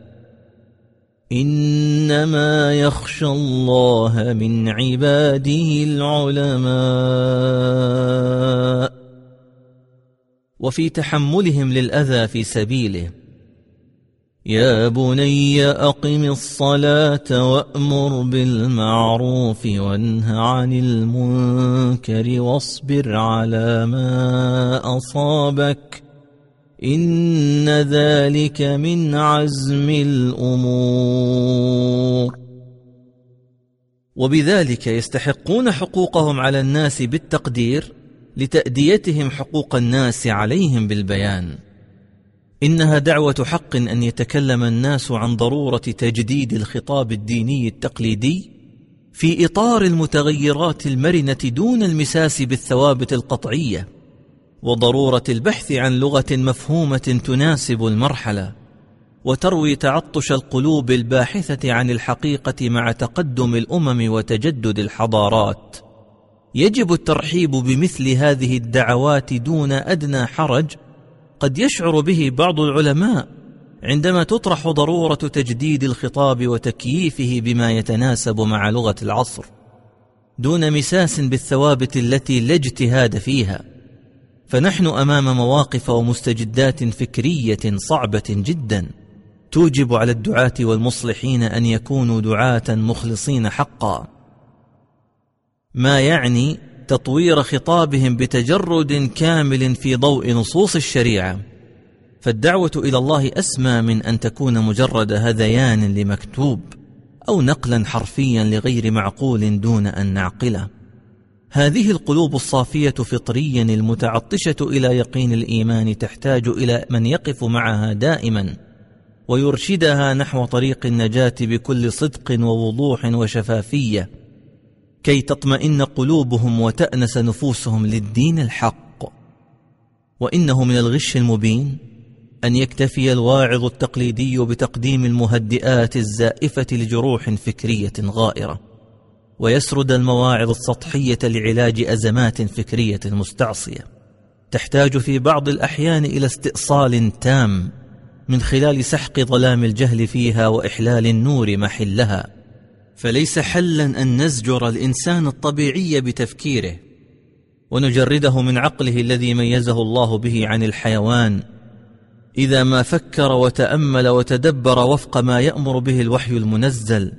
إنما يخشى الله من عباده العلماء، وفي تحملهم للأذى في سبيله. يا بني أقم الصلاة وأمر بالمعروف وانه عن المنكر واصبر على ما أصابك إن ذلك من عزم الأمور. وبذلك يستحقون حقوقهم على الناس بالتقدير لتأديتهم حقوق الناس عليهم بالبيان. إنها دعوة حق أن يتكلم الناس عن ضرورة تجديد الخطاب الديني التقليدي في إطار المتغيرات المرنة دون المساس بالثوابت القطعية، وضرورة البحث عن لغة مفهومة تناسب المرحلة وتروي تعطش القلوب الباحثة عن الحقيقة مع تقدم الأمم وتجدد الحضارات. يجب الترحيب بمثل هذه الدعوات دون أدنى حرج قد يشعر به بعض العلماء عندما تطرح ضرورة تجديد الخطاب وتكييفه بما يتناسب مع لغة العصر، دون مساس بالثوابت التي لا اجتهاد فيها، فنحن أمام مواقف ومستجدات فكرية صعبة جدا توجب على الدعاة والمصلحين أن يكونوا دعاة مخلصين حقا، ما يعني تطوير خطابهم بتجرد كامل في ضوء نصوص الشريعة. فالدعوة إلى الله أسمى من أن تكون مجرد هذيان لمكتوب أو نقلا حرفيا لغير معقول دون أن نعقله. هذه القلوب الصافية فطريا المتعطشة إلى يقين الإيمان تحتاج إلى من يقف معها دائما ويرشدها نحو طريق النجاة بكل صدق ووضوح وشفافية، كي تطمئن قلوبهم وتأنس نفوسهم للدين الحق. وإنه من الغش المبين أن يكتفي الواعظ التقليدي بتقديم المهدئات الزائفة لجروح فكرية غائرة، ويسرد المواعظ السطحية لعلاج أزمات فكرية مستعصية تحتاج في بعض الأحيان إلى استئصال تام من خلال سحق ظلام الجهل فيها وإحلال النور محلها. فليس حلا أن نزجر الإنسان الطبيعي بتفكيره ونجرده من عقله الذي ميزه الله به عن الحيوان إذا ما فكر وتأمل وتدبر وفق ما يأمر به الوحي المنزل،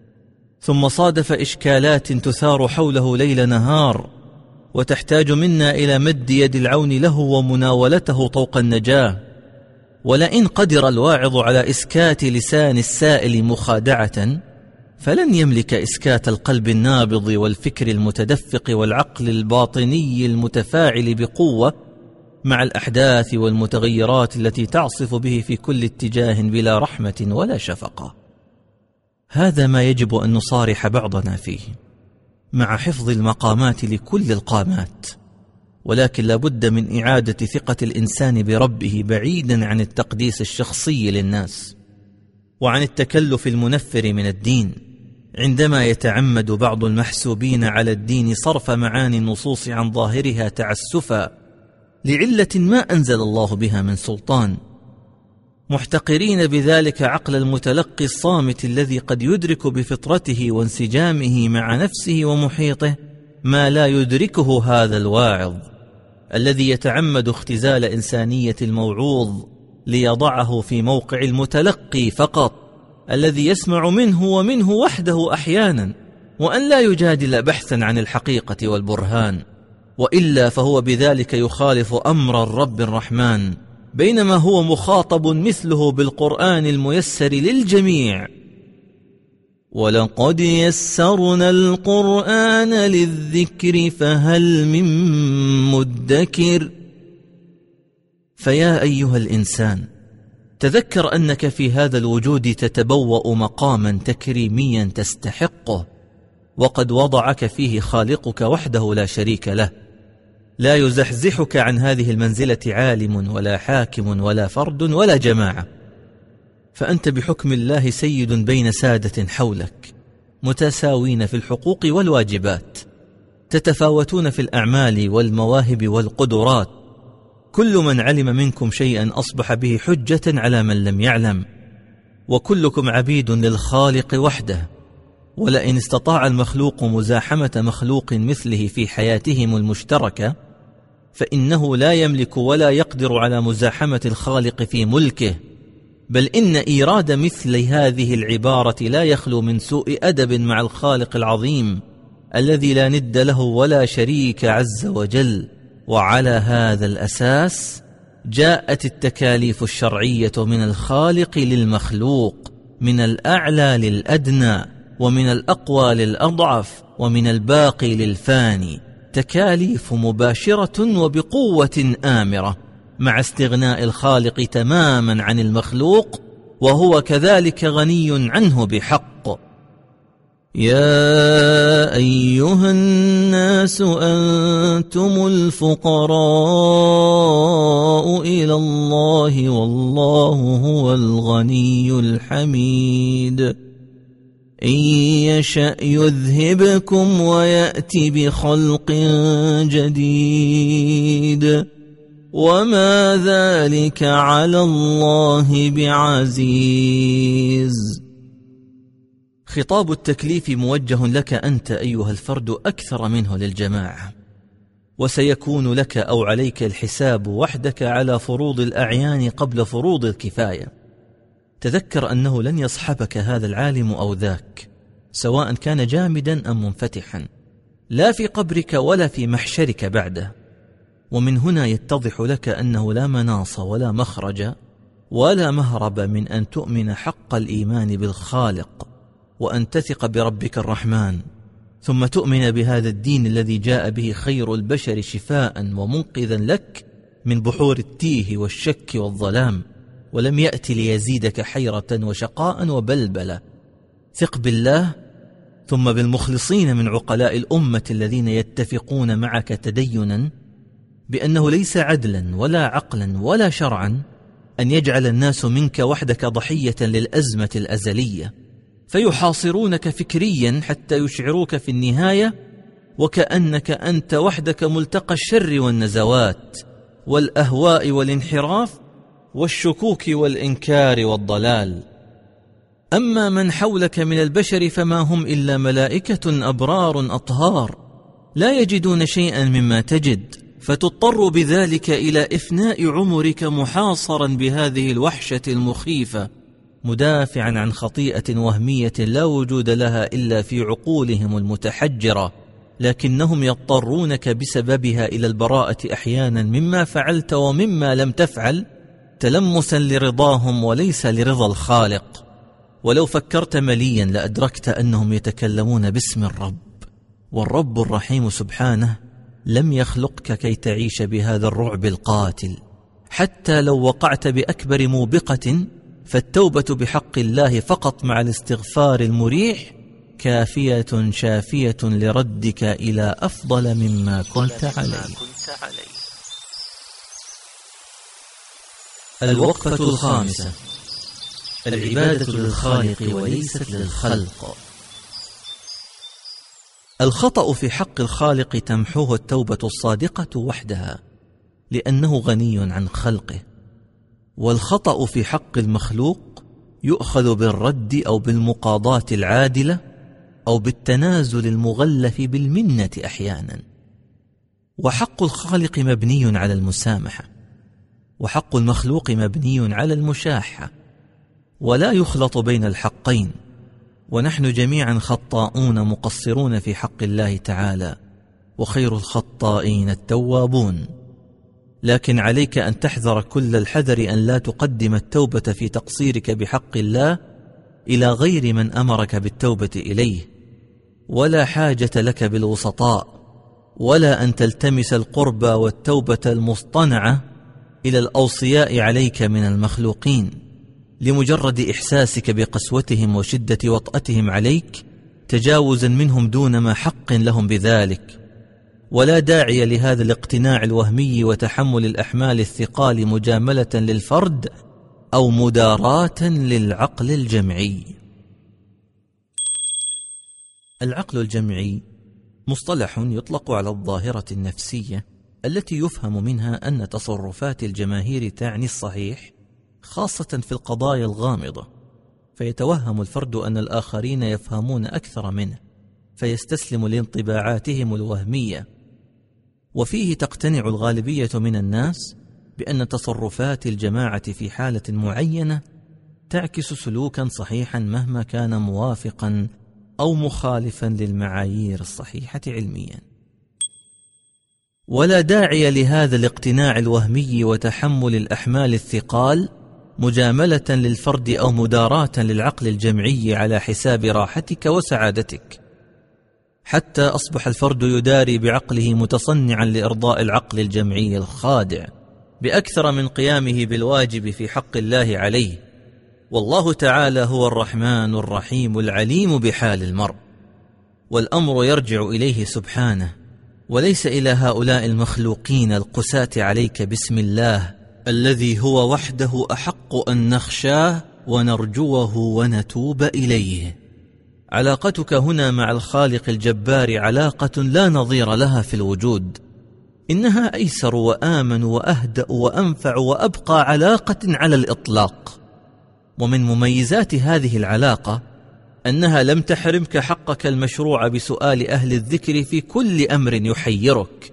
ثم صادف إشكالات تثار حوله ليل نهار وتحتاج منا إلى مد يد العون له ومناولته طوق النجاة. ولئن قدر الواعظ على إسكات لسان السائل مخادعة، فلن يملك إسكات القلب النابض والفكر المتدفق والعقل الباطني المتفاعل بقوة مع الأحداث والمتغيرات التي تعصف به في كل اتجاه بلا رحمة ولا شفقة. هذا ما يجب أن نصارح بعضنا فيه مع حفظ المقامات لكل القامات، ولكن لا بد من إعادة ثقة الإنسان بربه بعيدا عن التقديس الشخصي للناس وعن التكلف المنفر من الدين، عندما يتعمد بعض المحسوبين على الدين صرف معاني النصوص عن ظاهرها تعسفا لعلة ما أنزل الله بها من سلطان، محتقرين بذلك عقل المتلقي الصامت الذي قد يدرك بفطرته وانسجامه مع نفسه ومحيطه ما لا يدركه هذا الواعظ الذي يتعمد اختزال إنسانية الموعوظ ليضعه في موقع المتلقي فقط الذي يسمع منه ومنه وحده أحيانا، وأن لا يجادل بحثا عن الحقيقة والبرهان، وإلا فهو بذلك يخالف أمر الرب الرحمن، بينما هو مخاطب مثله بالقرآن الميسر للجميع. ولقد يسرنا القرآن للذكر فهل من مدكر. فيا أيها الإنسان، تذكر أنك في هذا الوجود تتبوأ مقاما تكريميا تستحقه، وقد وضعك فيه خالقك وحده لا شريك له، لا يزحزحك عن هذه المنزلة عالم ولا حاكم ولا فرد ولا جماعة، فأنت بحكم الله سيد بين سادة حولك متساوين في الحقوق والواجبات، تتفاوتون في الأعمال والمواهب والقدرات، كل من علم منكم شيئا أصبح به حجة على من لم يعلم، وكلكم عبيد للخالق وحده. ولئن استطاع المخلوق مزاحمة مخلوق مثله في حياتهم المشتركة، فإنه لا يملك ولا يقدر على مزاحمة الخالق في ملكه، بل إن إيراد مثل هذه العبارة لا يخلو من سوء أدب مع الخالق العظيم الذي لا ند له ولا شريك عز وجل. وعلى هذا الأساس جاءت التكاليف الشرعية من الخالق للمخلوق، من الأعلى للأدنى، ومن الأقوى للأضعف، ومن الباقي للفاني، تكاليف مباشرة وبقوة آمرة، مع استغناء الخالق تماما عن المخلوق، وهو كذلك غني عنه بحق. يا أيها الناس أنتم الفقراء إلى الله والله هو الغني الحميد. إن يشأ يذهبكم ويأتي بخلق جديد وما ذلك على الله بعزيز. خطاب التكليف موجه لك أنت أيها الفرد أكثر منه للجماعة، وسيكون لك أو عليك الحساب وحدك على فروض الأعيان قبل فروض الكفاية. تذكر أنه لن يصحبك هذا العالم أو ذاك، سواء كان جامدا أم منفتحا، لا في قبرك ولا في محشرك بعده. ومن هنا يتضح لك أنه لا مناص ولا مخرج ولا مهرب من أن تؤمن حق الإيمان بالخالق، وأن تثق بربك الرحمن، ثم تؤمن بهذا الدين الذي جاء به خير البشر شفاء ومنقذا لك من بحور التيه والشك والظلام، ولم يأتي ليزيدك حيرة وشقاء وبلبلة. ثق بالله ثم بالمخلصين من عقلاء الأمة الذين يتفقون معك تدينا بأنه ليس عدلا ولا عقلا ولا شرعا أن يجعل الناس منك وحدك ضحية للأزمة الأزلية، فيحاصرونك فكريا حتى يشعروك في النهاية وكأنك أنت وحدك ملتقى الشر والنزوات والأهواء والانحراف والشكوك والإنكار والضلال. أما من حولك من البشر فما هم إلا ملائكة أبرار أطهار لا يجدون شيئا مما تجد، فتضطر بذلك إلى إفناء عمرك محاصرا بهذه الوحشة المخيفة، مدافعا عن خطيئة وهمية لا وجود لها إلا في عقولهم المتحجرة، لكنهم يضطرونك بسببها إلى البراءة أحيانا مما فعلت ومما لم تفعل، تلمسا لرضاهم وليس لرضا الخالق. ولو فكرت مليا لأدركت أنهم يتكلمون باسم الرب، والرب الرحيم سبحانه لم يخلقك كي تعيش بهذا الرعب القاتل. حتى لو وقعت بأكبر موبقة فالتوبة بحق الله فقط مع الاستغفار المريح كافية شافية لردك إلى أفضل مما كنت عليه. الوقفة الخامسة: العبادة للخالق وليست للخلق. الخطأ في حق الخالق تمحوه التوبة الصادقة وحدها، لأنه غني عن خلقه، والخطأ في حق المخلوق يؤخذ بالرد أو بالمقاضاة العادلة أو بالتنازل المغلف بالمنة أحيانا. وحق الخالق مبني على المسامحة، وحق المخلوق مبني على المشاحة، ولا يخلط بين الحقين. ونحن جميعا خطاؤون مقصرون في حق الله تعالى، وخير الخطائين التوابون. لكن عليك أن تحذر كل الحذر أن لا تقدم التوبة في تقصيرك بحق الله إلى غير من أمرك بالتوبة إليه، ولا حاجة لك بالوسطاء، ولا أن تلتمس القربى والتوبة المصطنعة إلى الأوصياء عليك من المخلوقين لمجرد إحساسك بقسوتهم وشدة وطأتهم عليك تجاوزا منهم دون ما حق لهم بذلك. ولا داعي لهذا الاقتناع الوهمي وتحمل الأحمال الثقال مجاملة للفرد أو مداراة للعقل الجمعي. العقل الجمعي مصطلح يطلق على الظاهرة النفسية التي يفهم منها أن تصرفات الجماهير تعني الصحيح، خاصة في القضايا الغامضة، فيتوهم الفرد أن الآخرين يفهمون أكثر منه فيستسلم لانطباعاتهم الوهمية. وفيه تقتنع الغالبية من الناس بأن تصرفات الجماعة في حالة معينة تعكس سلوكا صحيحا مهما كان موافقا أو مخالفا للمعايير الصحيحة علميا. ولا داعي لهذا الاقتناع الوهمي وتحمل الأحمال الثقال مجاملة للفرد أو مداراة للعقل الجمعي على حساب راحتك وسعادتك، حتى أصبح الفرد يداري بعقله متصنعا لإرضاء العقل الجمعي الخادع بأكثر من قيامه بالواجب في حق الله عليه. والله تعالى هو الرحمن الرحيم العليم بحال المرء، والأمر يرجع إليه سبحانه وليس إلى هؤلاء المخلوقين القساة عليك باسم الله الذي هو وحده أحق أن نخشاه ونرجوه ونتوب إليه. علاقتك هنا مع الخالق الجبار علاقة لا نظير لها في الوجود، إنها أيسر وآمن وأهدأ وأنفع وأبقى علاقة على الإطلاق. ومن مميزات هذه العلاقة أنها لم تحرمك حقك المشروع بسؤال أهل الذكر في كل أمر يحيرك،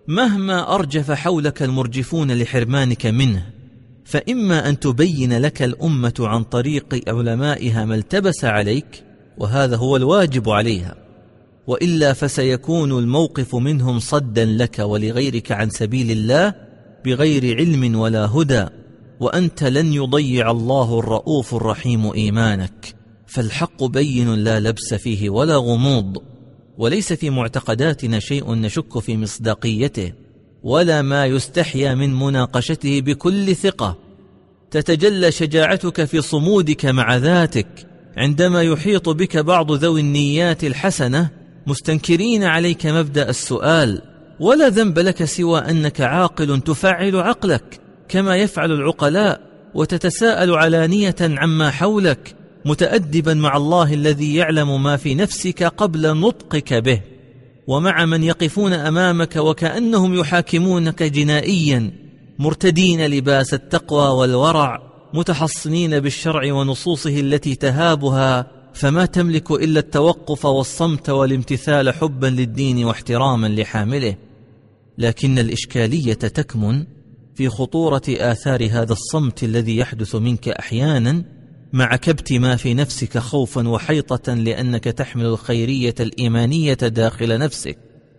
مهما أرجف حولك المرجفون لحرمانك منه، فإما أن تبين لك الأمة عن طريق علمائها ما التبس عليك، وهذا هو الواجب عليها، وإلا فسيكون الموقف منهم صدا لك ولغيرك عن سبيل الله بغير علم ولا هدى، وأنت لن يضيع الله الرؤوف الرحيم إيمانك، فالحق بين لا لبس فيه ولا غموض، وليس في معتقداتنا شيء نشك في مصداقيته ولا ما يستحيا من مناقشته بكل ثقة. تتجلى شجاعتك في صمودك مع ذاتك عندما يحيط بك بعض ذوي النيات الحسنة مستنكرين عليك مبدأ السؤال، ولا ذنب لك سوى أنك عاقل تفعل عقلك كما يفعل العقلاء، وتتساءل علانية عما حولك متأدبا مع الله الذي يعلم ما في نفسك قبل نطقك به، ومع من يقفون أمامك وكأنهم يحاكمونك جنائيا مرتدين لباس التقوى والورع، متحصنين بالشرع ونصوصه التي تهابها، فما تملك إلا التوقف والصمت والامتثال حبا للدين واحتراما لحامله. لكن الإشكالية تكمن في خطورة آثار هذا الصمت الذي يحدث منك أحيانا مع كبت ما في نفسك خوفا وحيطة لأنك تحمل الخيرية الإيمانية داخل نفسك،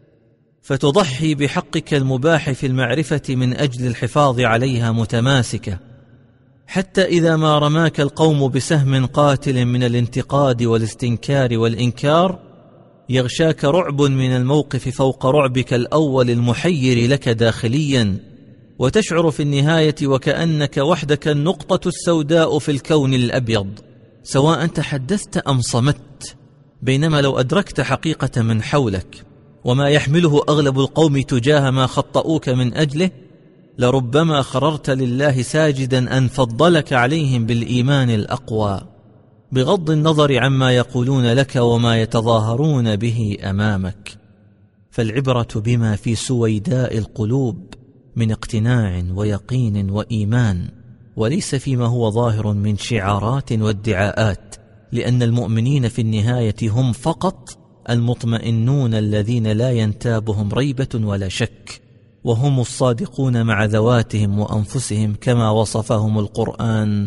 فتضحي بحقك المباح في المعرفة من أجل الحفاظ عليها متماسكة، حتى إذا ما رماك القوم بسهم قاتل من الانتقاد والاستنكار والإنكار يغشاك رعب من الموقف فوق رعبك الأول المحير لك داخليا، وتشعر في النهاية وكأنك وحدك النقطة السوداء في الكون الأبيض، سواء تحدثت أم صمت. بينما لو أدركت حقيقة من حولك وما يحمله أغلب القوم تجاه ما خطأوك من أجله، لربما خررت لله ساجدا أن فضلك عليهم بالإيمان الأقوى، بغض النظر عما يقولون لك وما يتظاهرون به أمامك. فالعبرة بما في سويداء القلوب من اقتناع ويقين وإيمان، وليس فيما هو ظاهر من شعارات وادعاءات، لأن المؤمنين في النهاية هم فقط المطمئنون الذين لا ينتابهم ريبة ولا شك، وهم الصادقون مع ذواتهم وأنفسهم كما وصفهم القرآن: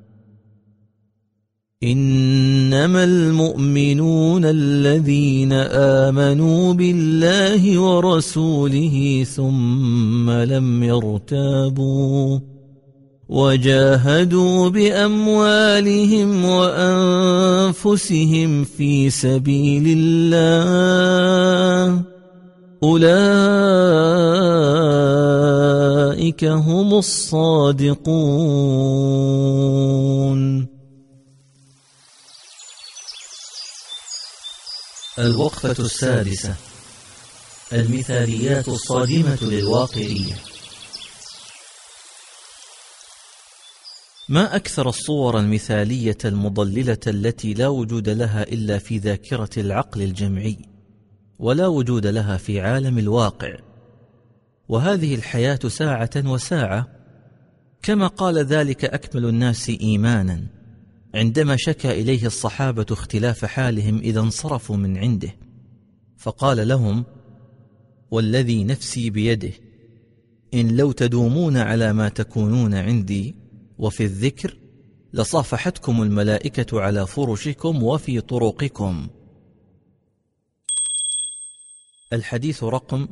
إنما المؤمنون الذين آمنوا بالله ورسوله ثم لم يرتابوا وجاهدوا بأموالهم وأنفسهم في سبيل الله أولئك هم الصادقون.
الوقفة السادسة: المثاليات الصادمة للواقعية.
ما أكثر الصور المثالية المضللة التي لا وجود لها إلا في ذاكرة العقل الجمعي، ولا وجود لها في عالم الواقع، وهذه الحياة ساعة وساعة، كما قال ذلك أكمل الناس إيمانا عندما شكى إليه الصحابة اختلاف حالهم إذا انصرفوا من عنده، فقال لهم: والذي نفسي بيده إن لو تدومون على ما تكونون عندي وفي الذكر لصافحتكم الملائكة على فرشكم وفي طرقكم. الحديث رقم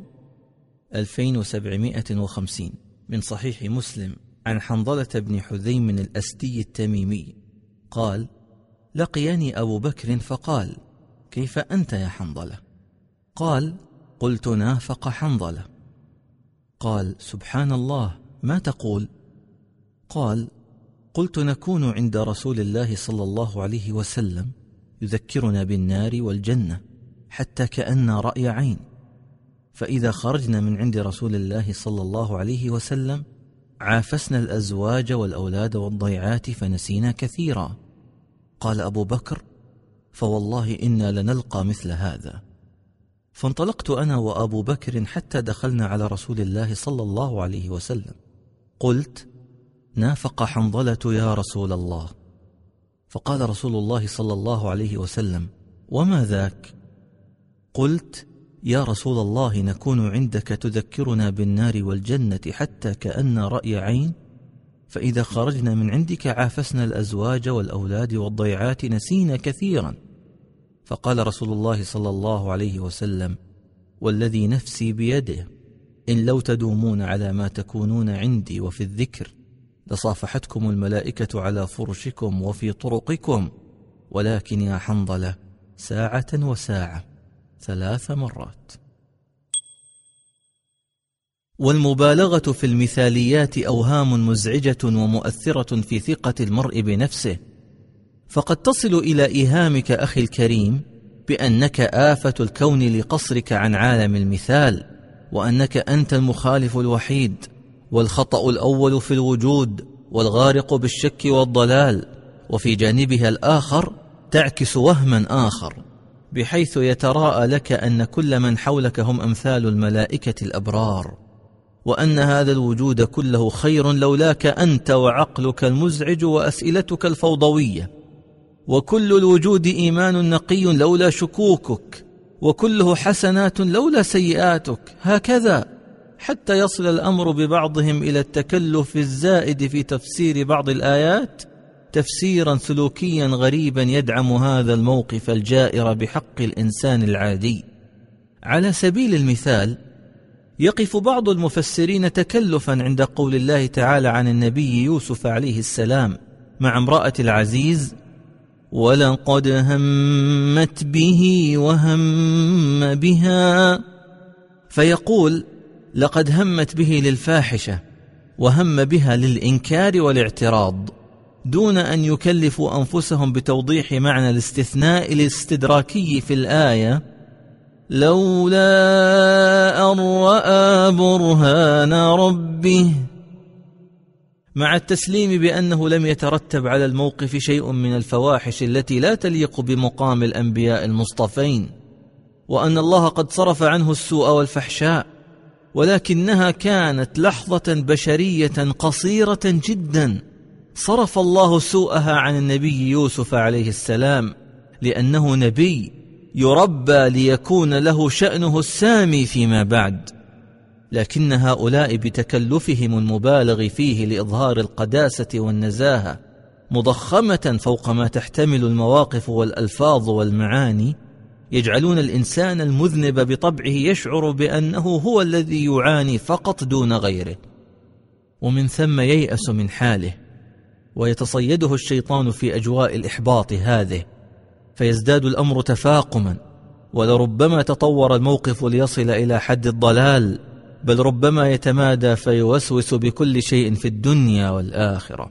2750 من صحيح مسلم عن حنظلة بن حذيم الأسدي التميمي قال: لقيني أبو بكر فقال: كيف أنت يا حنظلة؟ قال: قلت: نافق حنظلة. قال: سبحان الله، ما تقول؟ قال: قلت: نكون عند رسول الله صلى الله عليه وسلم يذكرنا بالنار والجنة حتى كأن رأي عين، فإذا خرجنا من عند رسول الله صلى الله عليه وسلم عافسنا الأزواج والأولاد والضيعات فنسينا كثيرا. قال أبو بكر: فوالله إنا لنلقى مثل هذا. فانطلقت أنا وأبو بكر حتى دخلنا على رسول الله صلى الله عليه وسلم. قلت: نافق حنظلة يا رسول الله. فقال رسول الله صلى الله عليه وسلم: وما ذاك؟ قلت: يا رسول الله نكون عندك تذكرنا بالنار والجنة حتى كأن رأي عين، فإذا خرجنا من عندك عافسنا الأزواج والأولاد والضيعات نسينا كثيرا. فقال رسول الله صلى الله عليه وسلم: والذي نفسي بيده إن لو تدومون على ما تكونون عندي وفي الذكر لصافحتكم الملائكة على فرشكم وفي طرقكم، ولكن يا حنظلة ساعة وساعة 3 مرات. والمبالغة في المثاليات أوهام مزعجة ومؤثرة في ثقة المرء بنفسه، فقد تصل إلى إيهامك أخي الكريم بأنك آفة الكون لقصرك عن عالم المثال، وأنك أنت المخالف الوحيد والخطأ الأول في الوجود والغارق بالشك والضلال. وفي جانبها الآخر تعكس وهما آخر، بحيث يتراءى لك أن كل من حولك هم أمثال الملائكة الأبرار، وأن هذا الوجود كله خير لولاك أنت وعقلك المزعج وأسئلتك الفوضوية، وكل الوجود إيمان نقي لولا شكوكك، وكله حسنات لولا سيئاتك، هكذا حتى يصل الأمر ببعضهم إلى التكلف الزائد في تفسير بعض الآيات تفسيرا سلوكيا غريبا يدعم هذا الموقف الجائر بحق الإنسان العادي. على سبيل المثال، يقف بعض المفسرين تكلفا عند قول الله تعالى عن النبي يوسف عليه السلام مع امرأة العزيز: ولقد همت به وهم بها، فيقول لقد همت به للفاحشة وهم بها للإنكار والاعتراض، دون أن يكلفوا أنفسهم بتوضيح معنى الاستثناء الاستدراكي في الآية: لولا أن رأى برهان ربه، مع التسليم بأنه لم يترتب على الموقف شيء من الفواحش التي لا تليق بمقام الأنبياء المصطفين، وأن الله قد صرف عنه السوء والفحشاء، ولكنها كانت لحظة بشرية قصيرة جدا صرف الله سوءها عن النبي يوسف عليه السلام، لأنه نبي يربى ليكون له شأنه السامي فيما بعد. لكن هؤلاء بتكلفهم المبالغ فيه لإظهار القداسة والنزاهة مضخمة فوق ما تحتمل المواقف والألفاظ والمعاني، يجعلون الإنسان المذنب بطبعه يشعر بأنه هو الذي يعاني فقط دون غيره، ومن ثم ييأس من حاله، ويتصيده الشيطان في أجواء الإحباط هذه، فيزداد الأمر تفاقما، ولربما تطور الموقف ليصل إلى حد الضلال، بل ربما يتمادى فيوسوس بكل شيء في الدنيا والآخرة.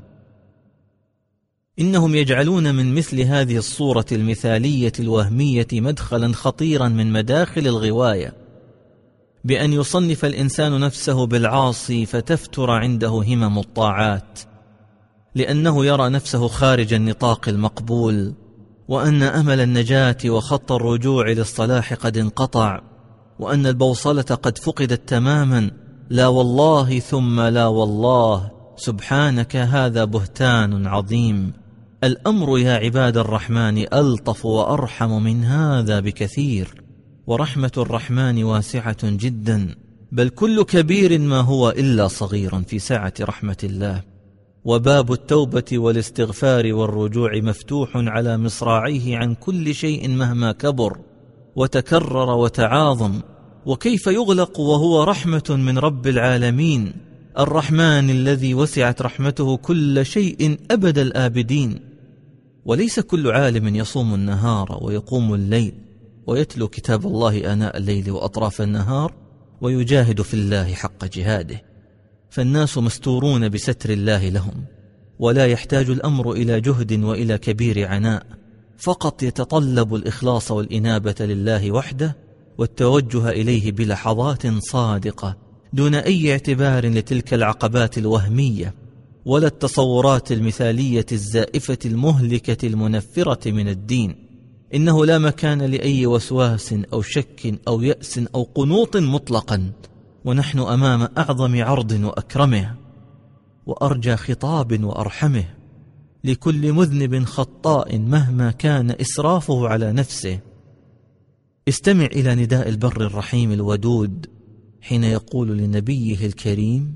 إنهم يجعلون من مثل هذه الصورة المثالية الوهمية مدخلا خطيرا من مداخل الغواية، بأن يصنف الإنسان نفسه بالعاصي فتفتر عنده همم الطاعات، لأنه يرى نفسه خارج النطاق المقبول، وأن أمل النجاة وخط الرجوع للصلاح قد انقطع، وأن البوصلة قد فقدت تماما. لا والله ثم لا والله، سبحانك هذا بهتان عظيم. الأمر يا عباد الرحمن ألطف وأرحم من هذا بكثير، ورحمة الرحمن واسعة جدا، بل كل كبير ما هو إلا صغير في سعة رحمة الله. وباب التوبة والاستغفار والرجوع مفتوح على مصراعيه عن كل شيء مهما كبر وتكرر وتعاظم، وكيف يغلق وهو رحمة من رب العالمين الرحمن الذي وسعت رحمته كل شيء أبد الآبدين. وليس كل عالم يصوم النهار ويقوم الليل ويتلو كتاب الله آناء الليل وأطراف النهار ويجاهد في الله حق جهاده، فالناس مستورون بستر الله لهم، ولا يحتاج الأمر إلى جهد وإلى كبير عناء، فقط يتطلب الإخلاص والإنابة لله وحده والتوجه إليه بلحظات صادقة دون أي اعتبار لتلك العقبات الوهمية ولا التصورات المثالية الزائفة المهلكة المنفرة من الدين. إنه لا مكان لأي وسواس أو شك أو يأس أو قنوط مطلقا، ونحن أمام أعظم عرض وأكرمه وأرجى خطاب وأرحمه لكل مذنب خطاء مهما كان إسرافه على نفسه. استمع إلى نداء البر الرحيم الودود حين يقول لنبيه الكريم: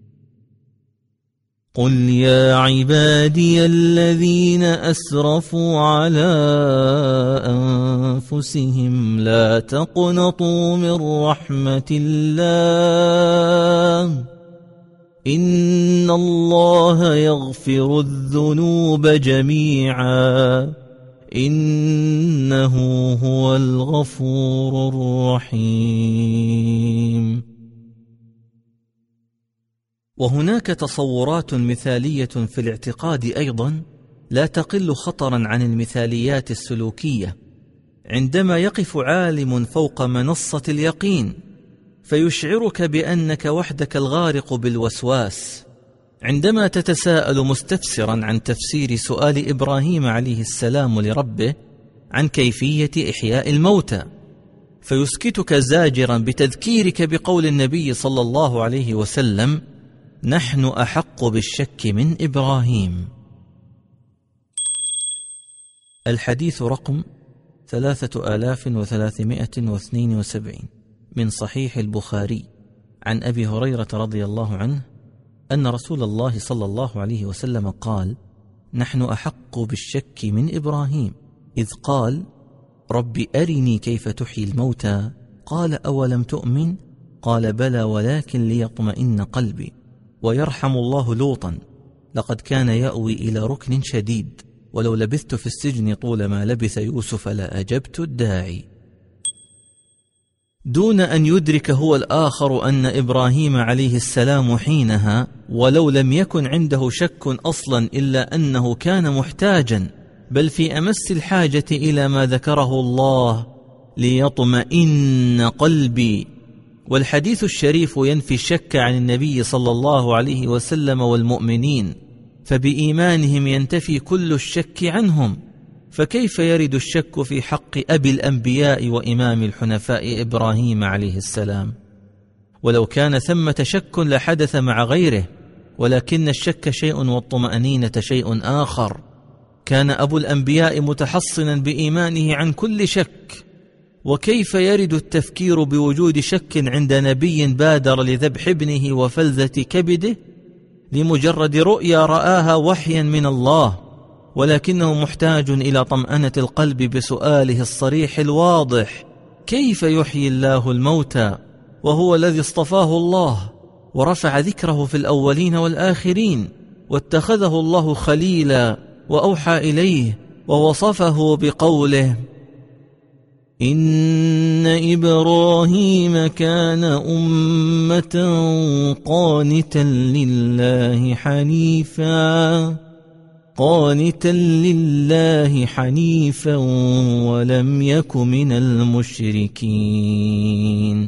قل يا عبادي الذين أسرفوا على أنفسهم لا تقنطوا من رحمة الله إن الله يغفر الذنوب جميعا إنه هو الغفور الرحيم. وهناك تصورات مثالية في الاعتقاد أيضا لا تقل خطرا عن المثاليات السلوكية، عندما يقف عالم فوق منصة اليقين فيشعرك بأنك وحدك الغارق بالوسواس، عندما تتساءل مستفسرا عن تفسير سؤال إبراهيم عليه السلام لربه عن كيفية إحياء الموتى، فيسكتك زاجرا بتذكيرك بقول النبي صلى الله عليه وسلم: نحن أحق بالشك من إبراهيم. الحديث رقم 3372 من صحيح البخاري عن أبي هريرة رضي الله عنه أن رسول الله صلى الله عليه وسلم قال: نحن أحق بالشك من إبراهيم إذ قال: رب أرني كيف تحيي الموتى قال: أولم تؤمن؟ قال: بلى ولكن ليطمئن قلبي. ويرحم الله لوطا لقد كان يأوي إلى ركن شديد ولو لبثت في السجن طول ما لبث يوسف لأجبت الداعي. دون أن يدرك هو الآخر أن إبراهيم عليه السلام حينها ولو لم يكن عنده شك أصلا إلا أنه كان محتاجا، بل في أمس الحاجة إلى ما ذكره الله: ليطمئن قلبي. والحديث الشريف ينفي الشك عن النبي صلى الله عليه وسلم والمؤمنين، فبإيمانهم ينتفي كل الشك عنهم، فكيف يرد الشك في حق أبي الأنبياء وإمام الحنفاء إبراهيم عليه السلام؟ ولو كان ثمة شك لحدث مع غيره، ولكن الشك شيء والطمأنينة شيء آخر. كان أبو الأنبياء متحصنا بإيمانه عن كل شك، وكيف يرد التفكير بوجود شك عند نبي بادر لذبح ابنه وفلذة كبده لمجرد رؤيا رآها وحيا من الله، ولكنه محتاج إلى طمأنة القلب بسؤاله الصريح الواضح: كيف يحيي الله الموتى وهو الذي اصطفاه الله ورفع ذكره في الأولين والآخرين، واتخذه الله خليلا وأوحى إليه ووصفه بقوله: إن إبراهيم كان أمة قانتا لله حنيفا ولم يك من المشركين.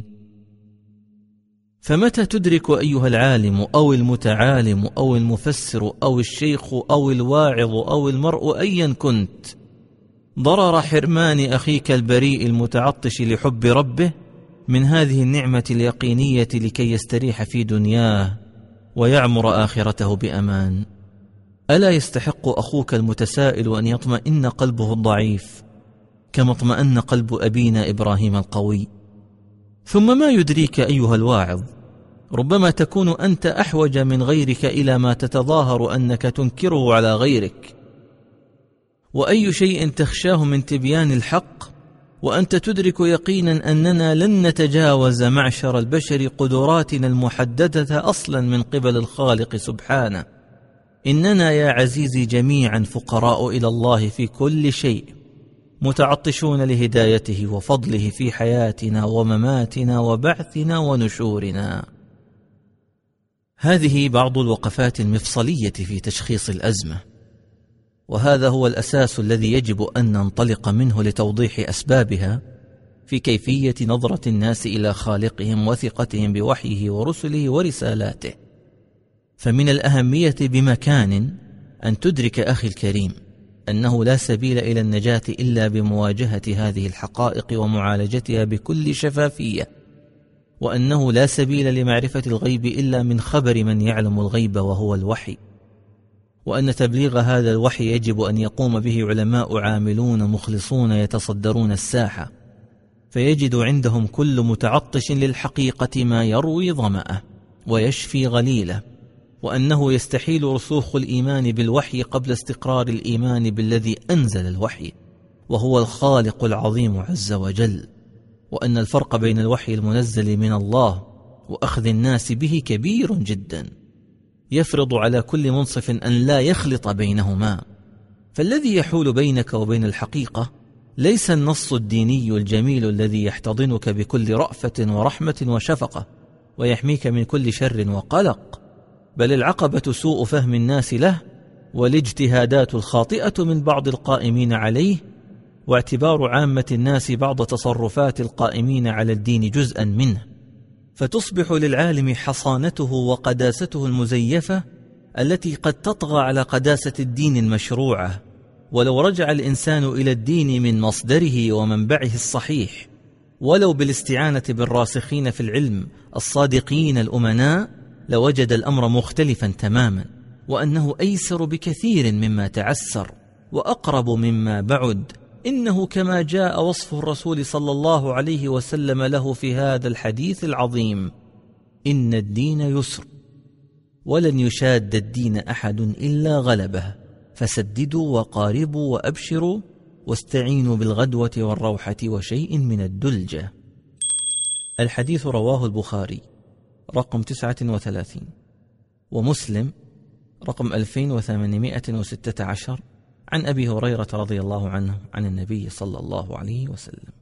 فمتى تدرك أيها العالم أو المتعالم أو المفسر أو الشيخ أو الواعظ أو المرء أيا كنت ضرر حرمان أخيك البريء المتعطش لحب ربه من هذه النعمة اليقينية لكي يستريح في دنياه ويعمر آخرته بأمان؟ ألا يستحق أخوك المتسائل أن يطمئن قلبه الضعيف كما اطمأن قلب أبينا إبراهيم القوي؟ ثم ما يدريك أيها الواعظ، ربما تكون أنت أحوج من غيرك إلى ما تتظاهر أنك تنكره على غيرك. وأي شيء تخشاه من تبيان الحق وأنت تدرك يقينا أننا لن نتجاوز معشر البشر قدراتنا المحددة أصلا من قبل الخالق سبحانه. إننا يا عزيزي جميعا فقراء إلى الله في كل شيء، متعطشون لهدايته وفضله في حياتنا ومماتنا وبعثنا ونشورنا. هذه بعض الوقفات المفصلية في تشخيص الأزمة، وهذا هو الأساس الذي يجب أن ننطلق منه لتوضيح أسبابها في كيفية نظرة الناس إلى خالقهم وثقتهم بوحيه ورسله ورسالاته. فمن الأهمية بمكان أن تدرك أخي الكريم أنه لا سبيل إلى النجاة إلا بمواجهة هذه الحقائق ومعالجتها بكل شفافية، وأنه لا سبيل لمعرفة الغيب إلا من خبر من يعلم الغيب وهو الوحي، وأن تبليغ هذا الوحي يجب أن يقوم به علماء عاملون مخلصون يتصدرون الساحة، فيجد عندهم كل متعطش للحقيقة ما يروي ظمأه ويشفي غليله، وأنه يستحيل رسوخ الإيمان بالوحي قبل استقرار الإيمان بالذي أنزل الوحي وهو الخالق العظيم عز وجل، وأن الفرق بين الوحي المنزل من الله وأخذ الناس به كبير جدا، يفرض على كل منصف أن لا يخلط بينهما. فالذي يحول بينك وبين الحقيقة ليس النص الديني الجميل الذي يحتضنك بكل رأفة ورحمة وشفقة ويحميك من كل شر وقلق، بل العقبة سوء فهم الناس له، والاجتهادات الخاطئة من بعض القائمين عليه، واعتبار عامة الناس بعض تصرفات القائمين على الدين جزءا منه، فتصبح للعالم حصانته وقداسته المزيفة التي قد تطغى على قداسة الدين المشروعة. ولو رجع الإنسان إلى الدين من مصدره ومنبعه الصحيح، ولو بالاستعانة بالراسخين في العلم الصادقين الأمناء، لوجد الأمر مختلفا تماما، وأنه أيسر بكثير مما تعسر وأقرب مما بعد. إنه كما جاء وصف الرسول صلى الله عليه وسلم له في هذا الحديث العظيم: إن الدين يسر ولن يشاد الدين أحد إلا غلبه، فسددوا وقاربوا وأبشروا واستعينوا بالغدوة والروحة وشيء من الدلجة. الحديث رواه البخاري رقم 39، ومسلم رقم 2816 عن أبي هريرة رضي الله عنه عن النبي صلى الله عليه وسلم.